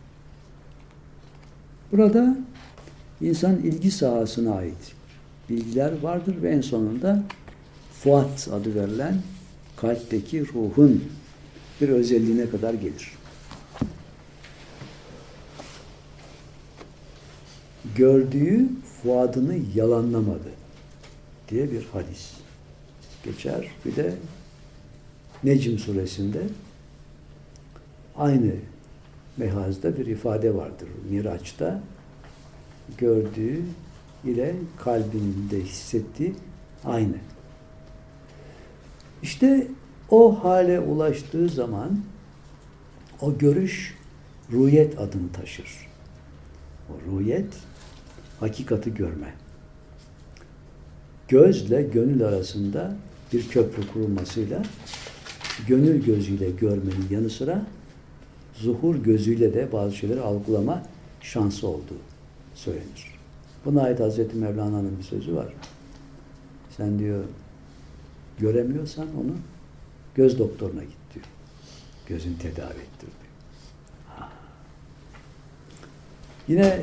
Burada insan ilgi sahasına ait bilgiler vardır ve en sonunda fuat adı verilen kalpteki ruhun bir özelliğine kadar gelir. Gördüğü fuadını yalanlamadı diye bir hadis geçer. Bir de Necm suresinde aynı mehazda bir ifade vardır. Miraç'ta gördüğü ile kalbinde hissettiği aynı. İşte o hale ulaştığı zaman o görüş rüyet adını taşır. O rüyet hakikati görme. Gözle gönül arasında bir köprü kurulmasıyla gönül gözüyle görmenin yanı sıra zuhur gözüyle de bazı şeyleri algılama şansı olduğu söylenir. Buna ait Hazreti Mevlana'nın bir sözü var. Sen diyor göremiyorsan onu göz doktoruna git diyor. Gözün tedavi ettir diyor. Yine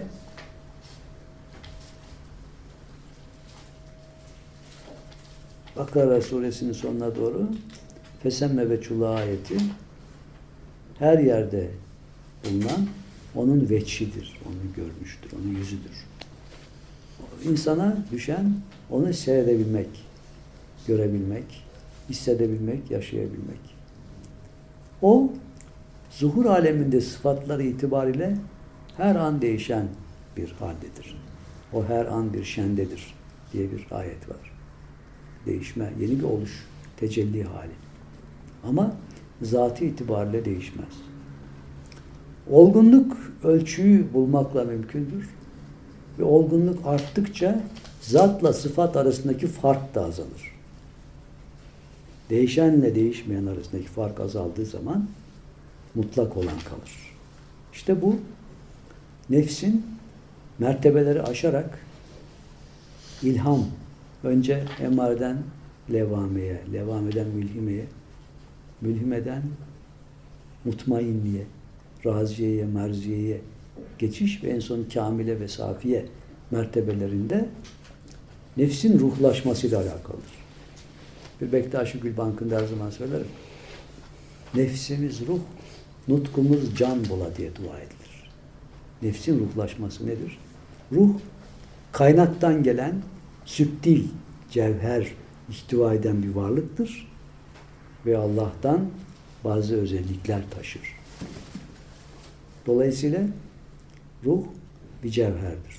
Bakara suresinin sonuna doğru Fesemme ve Çula ayeti her yerde bulunan onun veçhidir, onu görmüştür, onun yüzüdür. İnsana düşen onu seyredebilmek, görebilmek, hissedebilmek, yaşayabilmek. O zuhur aleminde sıfatları itibariyle her an değişen bir haldedir. O her an bir şendedir diye bir ayet var. Değişme, yeni bir oluş, tecelli hali. Ama zatı itibariyle değişmez. Olgunluk ölçüyü bulmakla mümkündür. Ve olgunluk arttıkça zatla sıfat arasındaki fark da azalır. Değişenle değişmeyen arasındaki fark azaldığı zaman mutlak olan kalır. İşte bu nefsin mertebeleri aşarak ilham, önce emareden levameye, levameden mülhimeye, mülhimeden mutmainliğe, raziyeye, merziyeye geçiş ve en son kamile ve safiye mertebelerinde nefsin ruhlaşmasıyla alakalıdır. Bir Bektaş-ı Gülbankı'nda her zaman söylerim. Nefsimiz ruh, nutkumuz can bola diye dua edilir. Nefsin ruhlaşması nedir? Ruh, kaynaktan gelen süptil, cevher ihtiva eden bir varlıktır. Ve Allah'tan bazı özellikler taşır. Dolayısıyla ruh bir cevherdir.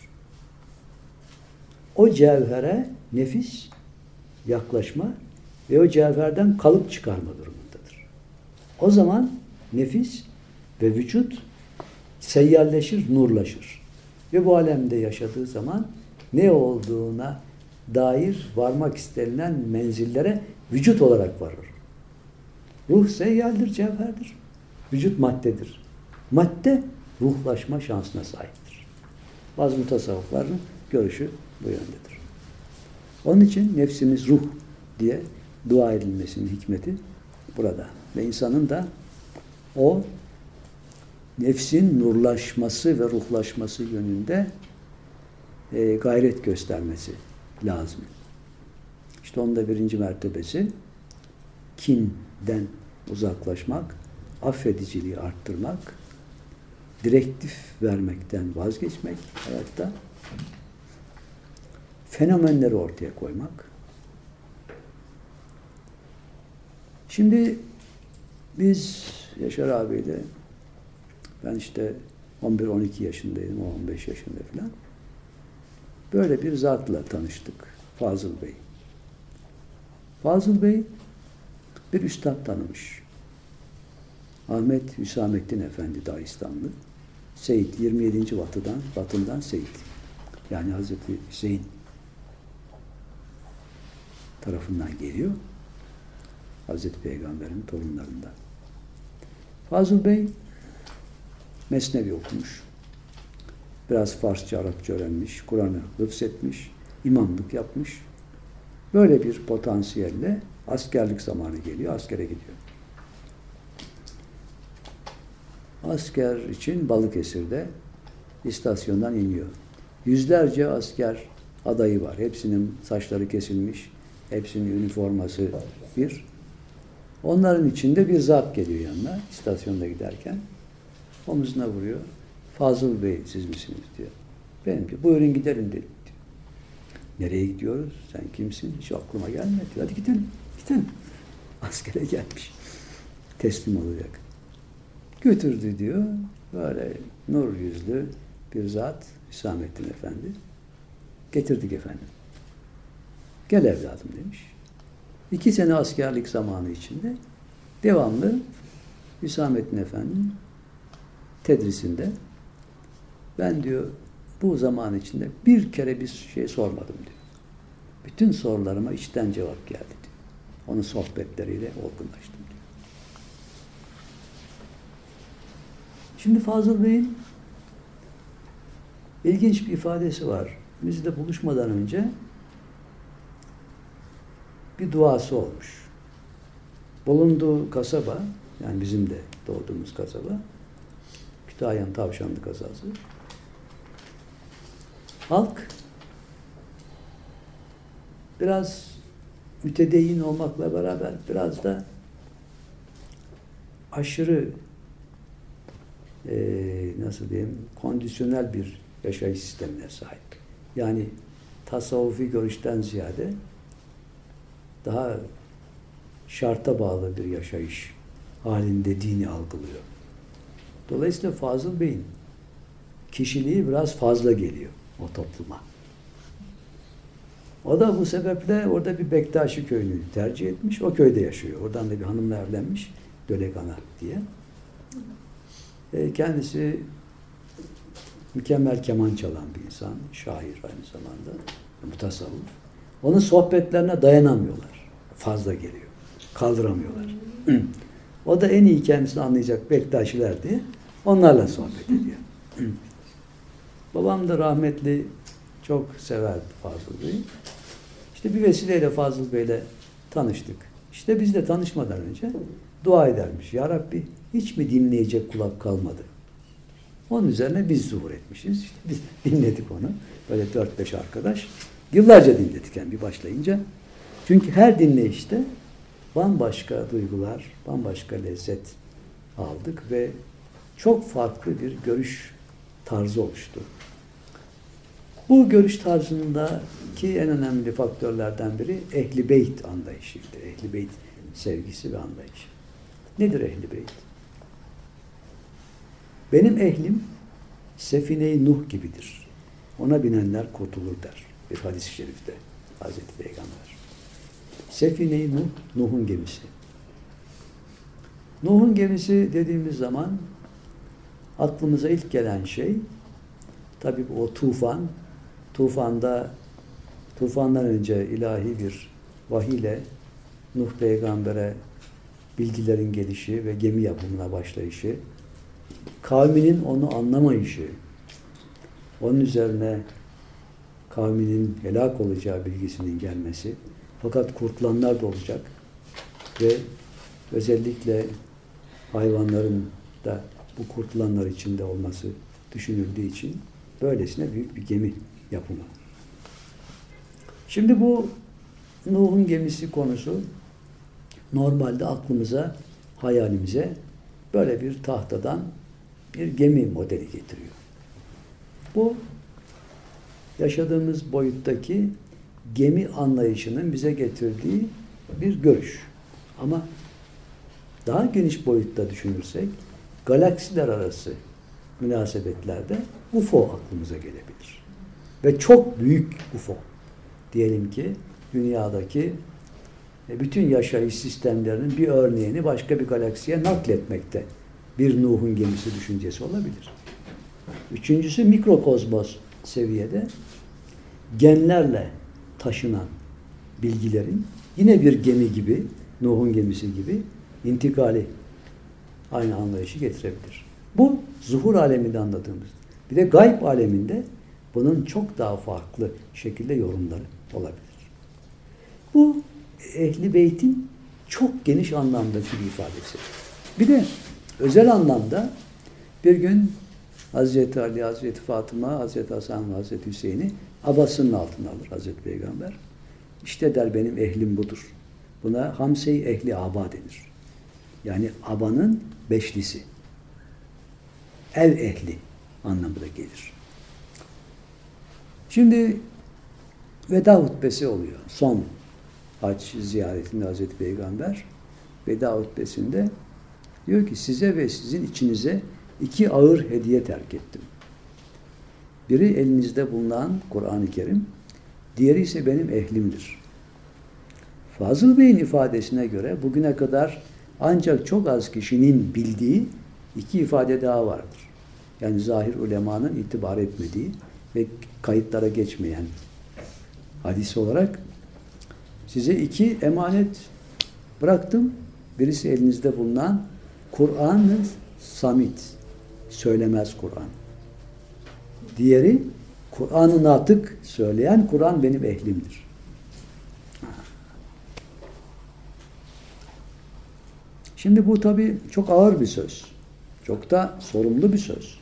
O cevhere nefis yaklaşma ve o cevherden kalıp çıkarma durumundadır. O zaman nefis ve vücut seyyalleşir, nurlaşır. Ve bu alemde yaşadığı zaman ne olduğuna dair varmak istenilen menzillere vücut olarak varır. Ruh seyyaldir, cevherdir. Vücut maddedir. Madde ruhlaşma şansına sahiptir. Bazı mutasavvıfların görüşü bu yöndedir. Onun için nefsimiz ruh diye dua edilmesinin hikmeti burada. Ve insanın da o nefsin nurlaşması ve ruhlaşması yönünde gayret göstermesi lazım. İşte onun da birinci mertebesi kinden uzaklaşmak, affediciliği arttırmak, direktif vermekten vazgeçmek hayatta, fenomenleri ortaya koymak. Şimdi biz Yaşar abiyle, ben işte 11-12 yaşındaydım, o 15 yaşında falan. Böyle bir zatla tanıştık. Fazıl Bey. Fazıl Bey bir üstad tanımış. Ahmet Hüsamettin Efendi Dağistanlı. Seyit 27. Batından Seyit. Yani Hazreti Hüseyin tarafından geliyor. Hazreti Peygamber'in torunlarından. Fazıl Bey Mesnevi okumuş. Biraz Farsça, Arapça öğrenmiş. Kur'an'ı hıfzetmiş. İmamlık yapmış. Böyle bir potansiyelle askerlik zamanı geliyor. Askere gidiyor. Asker için Balıkesir'de istasyondan iniyor. Yüzlerce asker adayı var. Hepsinin saçları kesilmiş. Hepsinin üniforması bir. Onların içinde bir zat geliyor yanına istasyonda giderken. Omuzuna vuruyor. Fazıl Bey siz misiniz diyor. Benim diyor. Buyurun gidelim dedi diyor. Nereye gidiyoruz? Sen kimsin? Hiç aklıma gelmedi. Hadi gidelim. Gidelim. Askere gelmiş. Teslim olacak. Götürdü diyor. Böyle nur yüzlü bir zat Hüsamettin Efendi. Getirdik efendim. Gel evladım demiş. 2 sene askerlik zamanı içinde devamlı Hüsamettin Efendi'nin tedrisinde ben diyor bu zaman içinde bir kere bir şey sormadım diyor. Bütün sorularıma içten cevap geldi diyor. Onun sohbetleriyle olgunlaştım diyor. Şimdi Fazıl Bey'in ilginç bir ifadesi var. Bizle buluşmadan önce bir duası olmuş. Bulunduğu kasaba, yani bizim de doğduğumuz kasaba, Kütahya'nın Tavşanlı kasası. Halk biraz mütedeyyin olmakla beraber biraz da aşırı nasıl diyeyim, kondisyonel bir yaşayış sistemine sahip. Yani tasavvufi görüşten ziyade daha şarta bağlı bir yaşayış halinde dini algılıyor. Dolayısıyla Fazıl Bey'in kişiliği biraz fazla geliyor o topluma. O da bu sebeple orada bir Bektaşi köyünü tercih etmiş. O köyde yaşıyor. Oradan da bir hanımla evlenmiş. Dölegana diye. Kendisi mükemmel keman çalan bir insan. Şair aynı zamanda. Mutasavvuf. Onun sohbetlerine dayanamıyorlar. Fazla geliyor. Kaldıramıyorlar. O da en iyi kendisini anlayacak Bektaşiler diye onlarla sohbet ediyor. Babam da rahmetli çok severdi Fazıl Bey'i. İşte bir vesileyle Fazıl Bey'le tanıştık. İşte biz de tanışmadan önce dua edermiş. Ya Rabbi hiç mi dinleyecek kulak kalmadı? Onun üzerine biz zuhur etmişiz. İşte biz dinledik onu. Böyle 4-5 arkadaş. Yıllarca dinledik yani bir başlayınca. Çünkü her dinleyişte bambaşka duygular, bambaşka lezzet aldık ve çok farklı bir görüş tarzı oluştu. Bu görüş tarzındaki en önemli faktörlerden biri Ehl-i Beyt anlayışıydı. Ehl-i Beyt sevgisi ve anlayışı. Nedir Ehl-i Beyt? Benim ehlim Sefine-i Nuh gibidir. Ona binenler kurtulur der. Bir hadis-i şerifte Hazreti Peygamber. Sefine-i Nuh, Nuh'un gemisi. Nuh'un gemisi dediğimiz zaman aklımıza ilk gelen şey tabii o tufan. Tufandan önce ilahi bir vahiyle Nuh peygambere bilgilerin gelişi ve gemi yapımına başlayışı, kavminin onu anlamayışı, onun üzerine kavminin helak olacağı bilgisinin gelmesi, fakat kurtulanlar da olacak ve özellikle hayvanların da bu kurtulanlar içinde olması düşünüldüğü için böylesine büyük bir gemi yapımı. Şimdi bu Nuh'un gemisi konusu normalde aklımıza, hayalimize böyle bir tahtadan bir gemi modeli getiriyor. Bu yaşadığımız boyuttaki gemi anlayışının bize getirdiği bir görüş. Ama daha geniş boyutta düşünürsek galaksiler arası münasebetlerde UFO aklımıza gelebilir. Ve çok büyük UFO. Diyelim ki dünyadaki bütün yaşayış sistemlerinin bir örneğini başka bir galaksiye nakletmekte bir Nuh'un gemisi düşüncesi olabilir. Üçüncüsü mikrokozmos seviyede genlerle taşınan bilgilerin yine bir gemi gibi, Nuh'un gemisi gibi intikali aynı anlayışı getirebilir. Bu zuhur aleminde anladığımız. Bir de gayb aleminde bunun çok daha farklı şekilde yorumları olabilir. Bu Ehl-i Beyt'in çok geniş anlamdaki bir ifadesi. Bir de özel anlamda bir gün Hazreti Ali, Hazreti Fatıma, Hazreti Hasan ve Hazreti Hüseyin'i abasının altına alır Hazreti Peygamber. İşte der benim ehlim budur. Buna Hamse-i Ehli Aba denir. Yani abanın beşlisi. Ev ehli anlamına gelir. Şimdi veda hutbesi oluyor. Son hac ziyaretinde Hazreti Peygamber veda hutbesinde diyor ki size ve sizin içinize iki ağır hediye terk ettim. Biri elinizde bulunan Kur'an-ı Kerim, diğeri ise benim ehlimdir. Fazıl Bey'in ifadesine göre bugüne kadar ancak çok az kişinin bildiği iki ifade daha vardır. Yani zahir ulemanın itibar etmediği ve kayıtlara geçmeyen hadis olarak size iki emanet bıraktım. Birisi elinizde bulunan Kur'an-ı Samit, söylemez Kur'an. Diğeri Kur'an-ı Natık, söyleyen Kur'an benim ehlimdir. Şimdi bu tabii çok ağır bir söz. Çok da sorumlu bir söz.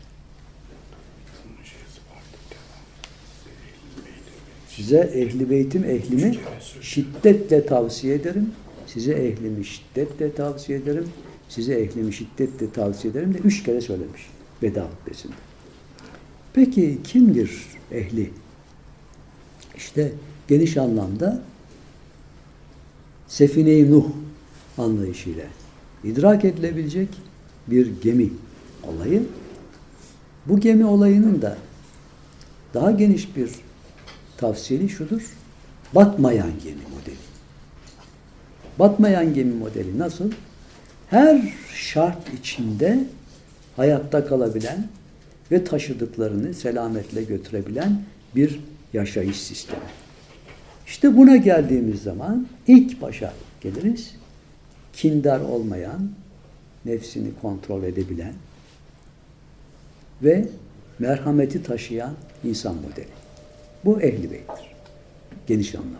Size Ehl-i Beyt'im ehlimi şiddetle tavsiye ederim. Size ehlimi şiddetle tavsiye ederim. Size ehlimi şiddetle tavsiye ederim de 3 kere söylemiş veda hutbesinde. Peki kimdir ehli? İşte geniş anlamda Sefine-i Nuh anlayışıyla idrak edilebilecek bir gemi olayı. Bu gemi olayının da daha geniş bir tavsiyeli şudur. Batmayan gemi modeli. Batmayan gemi modeli nasıl? Her şart içinde hayatta kalabilen ve taşıdıklarını selametle götürebilen bir yaşayış sistemi. İşte buna geldiğimiz zaman ilk başa geliriz. Kindar olmayan, nefsini kontrol edebilen ve merhameti taşıyan insan modeli. Bu Ehl-i Beyt'tir. Geniş anlamda.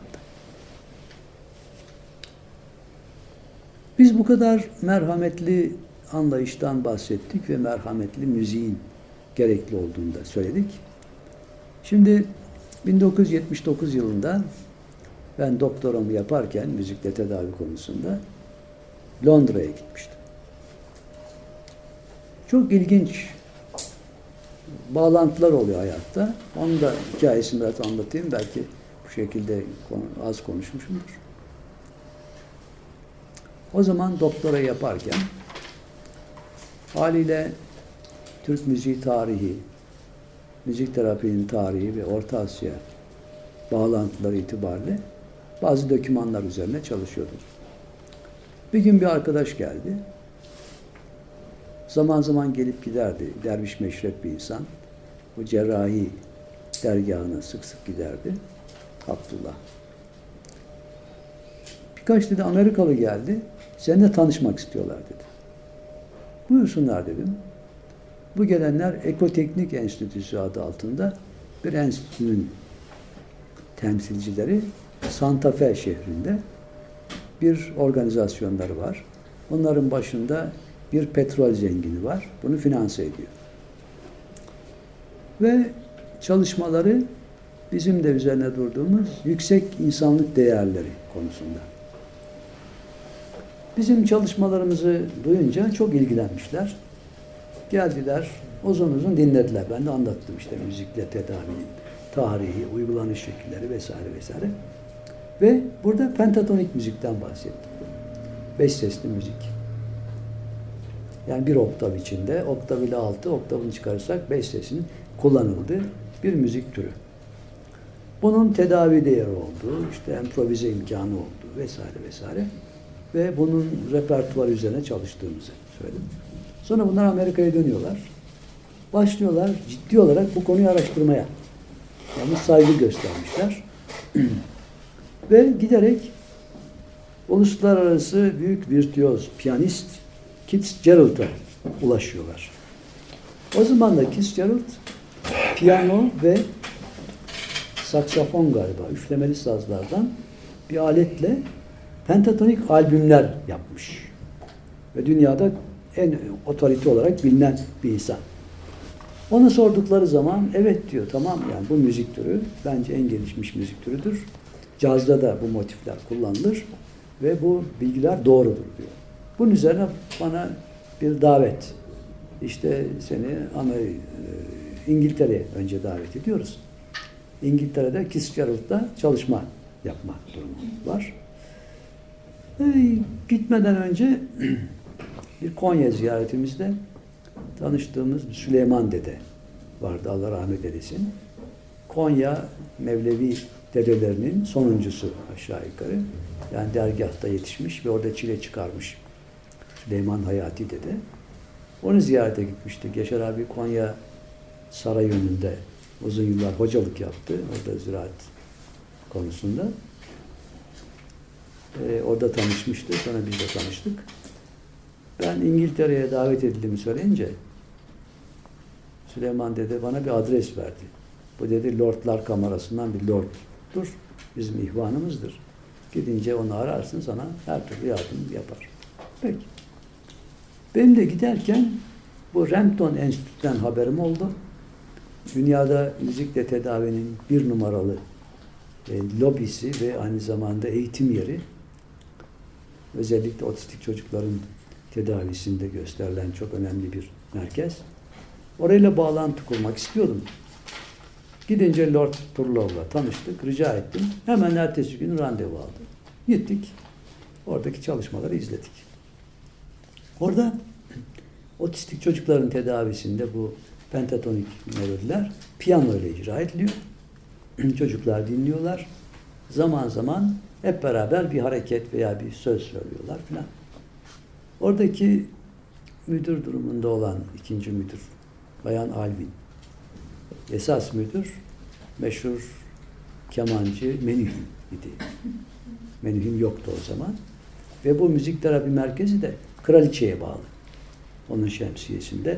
Biz bu kadar merhametli anlayıştan bahsettik ve merhametli müziğin gerekli olduğunu da söyledik. Şimdi 1979 yılında ben doktoramı yaparken müzikle tedavi konusunda Londra'ya gitmiştim. Çok ilginç bağlantılar oluyor hayatta. Onun da hikayesini biraz anlatayım. Belki bu şekilde az konuşmuşumdur. O zaman doktora yaparken haliyle Türk müziği tarihi, müzik terapinin tarihi ve Orta Asya bağlantıları itibariyle bazı dokümanlar üzerine çalışıyordum. Bir gün bir arkadaş geldi. Zaman zaman gelip giderdi. Derviş meşrep bir insan. Bu cerrahi dergahına sık sık giderdi. Abdullah. Birkaç dedi Amerikalı geldi. Seninle tanışmak istiyorlar dedi. Buyursunlar dedim. Bu gelenler Ekoteknik Enstitüsü adı altında bir enstitünün temsilcileri. Santa Fe şehrinde bir organizasyonları var. Onların başında bir petrol zengini var. Bunu finanse ediyor. Ve çalışmaları bizim de üzerine durduğumuz yüksek insanlık değerleri konusunda. Bizim çalışmalarımızı duyunca çok ilgilenmişler. Geldiler, uzun uzun dinlediler. Ben de anlattım işte müzikle tedavinin tarihi, uygulanış şekilleri vesaire vesaire. Ve burada pentatonik müzikten bahsettim. 5 sesli müzik. Yani bir oktav içinde, oktav ile 6 oktavını çıkarırsak 5 sesin kullanıldığı bir müzik türü. Bunun tedavi değeri olduğu, işte improvize imkanı olduğu vesaire vesaire. Ve bunun repertuarı üzerine çalıştığımızı söyledim. Sonra bunlar Amerika'ya dönüyorlar. Başlıyorlar ciddi olarak bu konuyu araştırmaya. Yani saygı göstermişler. Ve giderek uluslararası büyük virtüöz piyanist Keith Jarrett'a ulaşıyorlar. O zaman da Keith Jarrett piyano ve saksafon galiba üflemeli sazlardan bir aletle pentatonik albümler yapmış. Ve dünyada en otorite olarak bilinen bir insan. Ona sordukları zaman evet diyor, tamam yani bu müzik türü bence en gelişmiş müzik türüdür. Cazda da bu motifler kullanılır ve bu bilgiler doğrudur diyor. Bunun üzerine bana bir davet. İşte seni İngiltere'ye önce davet ediyoruz. İngiltere'de Keith Jarrett'ta çalışma yapma durumu var. Gitmeden önce bir Konya ziyaretimizde tanıştığımız bir Süleyman Dede vardı, Allah rahmet eylesin. Konya Mevlevi dedelerinin sonuncusu aşağı yukarı. Yani dergahta yetişmiş ve orada çile çıkarmış Süleyman Hayati Dede. Onu ziyarete gitmiştik. Yaşar abi Konya Saray önünde uzun yıllar hocalık yaptı. Orada ziraat konusunda. Orada tanışmıştı. Sonra biz de tanıştık. Ben İngiltere'ye davet edildiğimi söyleyince Süleyman Dede bana bir adres verdi. Bu dedi Lordlar Kamerası'ndan bir lorddur. Bizim ihvanımızdır. Gidince onu ararsın, sana her türlü yardım yapar. Peki. Benim de giderken bu Rampton Enstitü'den haberim oldu. Dünyada müzikle tedavinin bir numaralı lobisi ve aynı zamanda eğitim yeri. Özellikle otistik çocukların tedavisinde gösterilen çok önemli bir merkez. Orayla bağlantı kurmak istiyordum. Gidince Lord Turlow'la tanıştık, rica ettim. Hemen ertesi gün randevu aldım. Gittik, oradaki çalışmaları izledik. Orada otistik çocukların tedavisinde bu pentatonik melodiler piyano ile icra ediliyor. Çocuklar dinliyorlar. Zaman zaman hep beraber bir hareket veya bir söz söylüyorlar filan. Oradaki müdür durumunda olan ikinci müdür, Bayan Alvin. Esas müdür, meşhur kemancı Menuhin idi. Menuhin yoktu o zaman. Ve bu müzik terapi merkezi de kraliçeye bağlı. Onun şemsiyesinde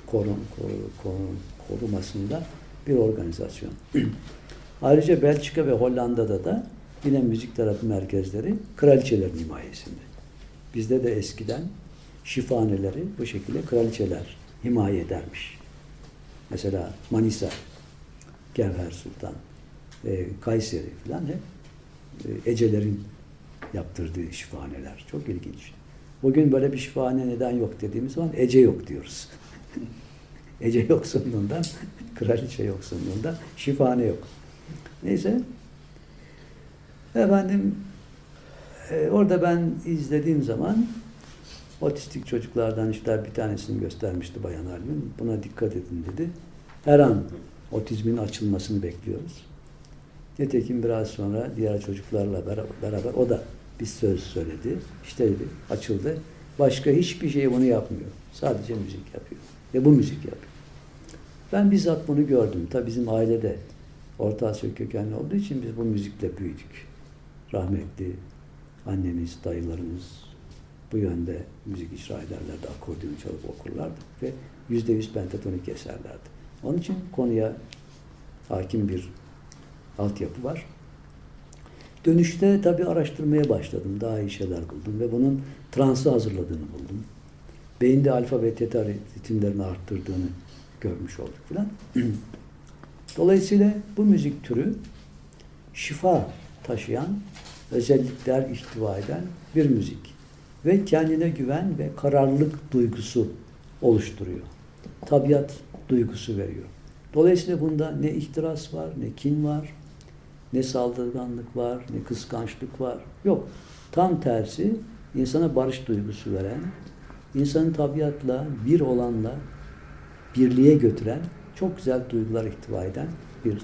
korumasında bir organizasyon. Ayrıca Belçika ve Hollanda'da da yine müzik terapi merkezleri kraliçelerin himayesinde. Bizde de eskiden şifahaneleri bu şekilde kraliçeler himaye edermiş. Mesela Manisa, Gevher Sultan, Kayseri falan hep Ecelerin yaptırdığı şifahaneler. Çok ilginç. Bugün böyle bir şifahane neden yok dediğimiz zaman Ece yok diyoruz. Ece yoksunluğundan, kraliçe yoksunluğundan şifahane yok. Neyse, efendim Orada ben izlediğim zaman otistik çocuklardan işte bir tanesini göstermişti Bayan Halime. Buna dikkat edin dedi. Her an otizmin açılmasını bekliyoruz. Nitekim biraz sonra diğer çocuklarla beraber o da bir söz söyledi. İşte dedi, açıldı. Başka hiçbir şey bunu yapmıyor. Sadece müzik yapıyor. Ve bu müzik yapıyor. Ben bizzat bunu gördüm. Tabii bizim ailede Orta Asya kökenli olduğu için biz bu müzikle büyüdük. Rahmetli annemiz, dayılarımız bu yönde müzik icra ederlerdi. Akordeon çalıp okurlardı. Ve %100 pentatonik eserlerdi. Onun için konuya hakim bir altyapı var. Dönüşte tabii araştırmaya başladım. Daha iyi şeyler buldum ve bunun transı hazırladığını buldum. Beyinde alfa ve teta ritimlerini arttırdığını görmüş olduk filan. Dolayısıyla bu müzik türü şifa taşıyan özellikler ihtiva eden bir müzik ve kendine güven ve kararlılık duygusu oluşturuyor. Tabiat duygusu veriyor. Dolayısıyla bunda ne ihtiras var, ne kin var, ne saldırganlık var, ne kıskançlık var. Yok. Tam tersi insana barış duygusu veren, insanın tabiatla, bir olanla birliğe götüren, çok güzel duygular ihtiva eden bir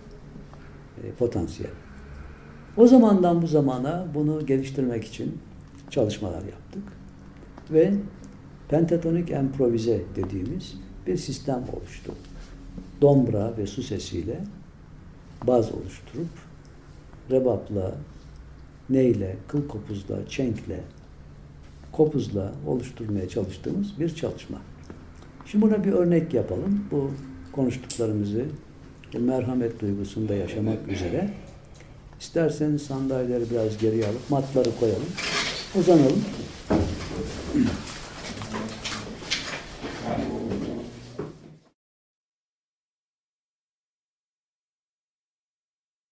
potansiyel. O zamandan bu zamana bunu geliştirmek için çalışmalar yaptık. Ve pentatonik improvize dediğimiz bir sistem oluştu. Dombra ve su sesiyle baz oluşturup rebapla, neyle, kıl kopuzla, çenkle, kopuzla oluşturmaya çalıştığımız bir çalışma. Şimdi buna bir örnek yapalım. Bu konuştuklarımızı bu merhamet duygusunda yaşamak üzere. İsterseniz sandalyeleri biraz geriye alıp matları koyalım. Uzanalım.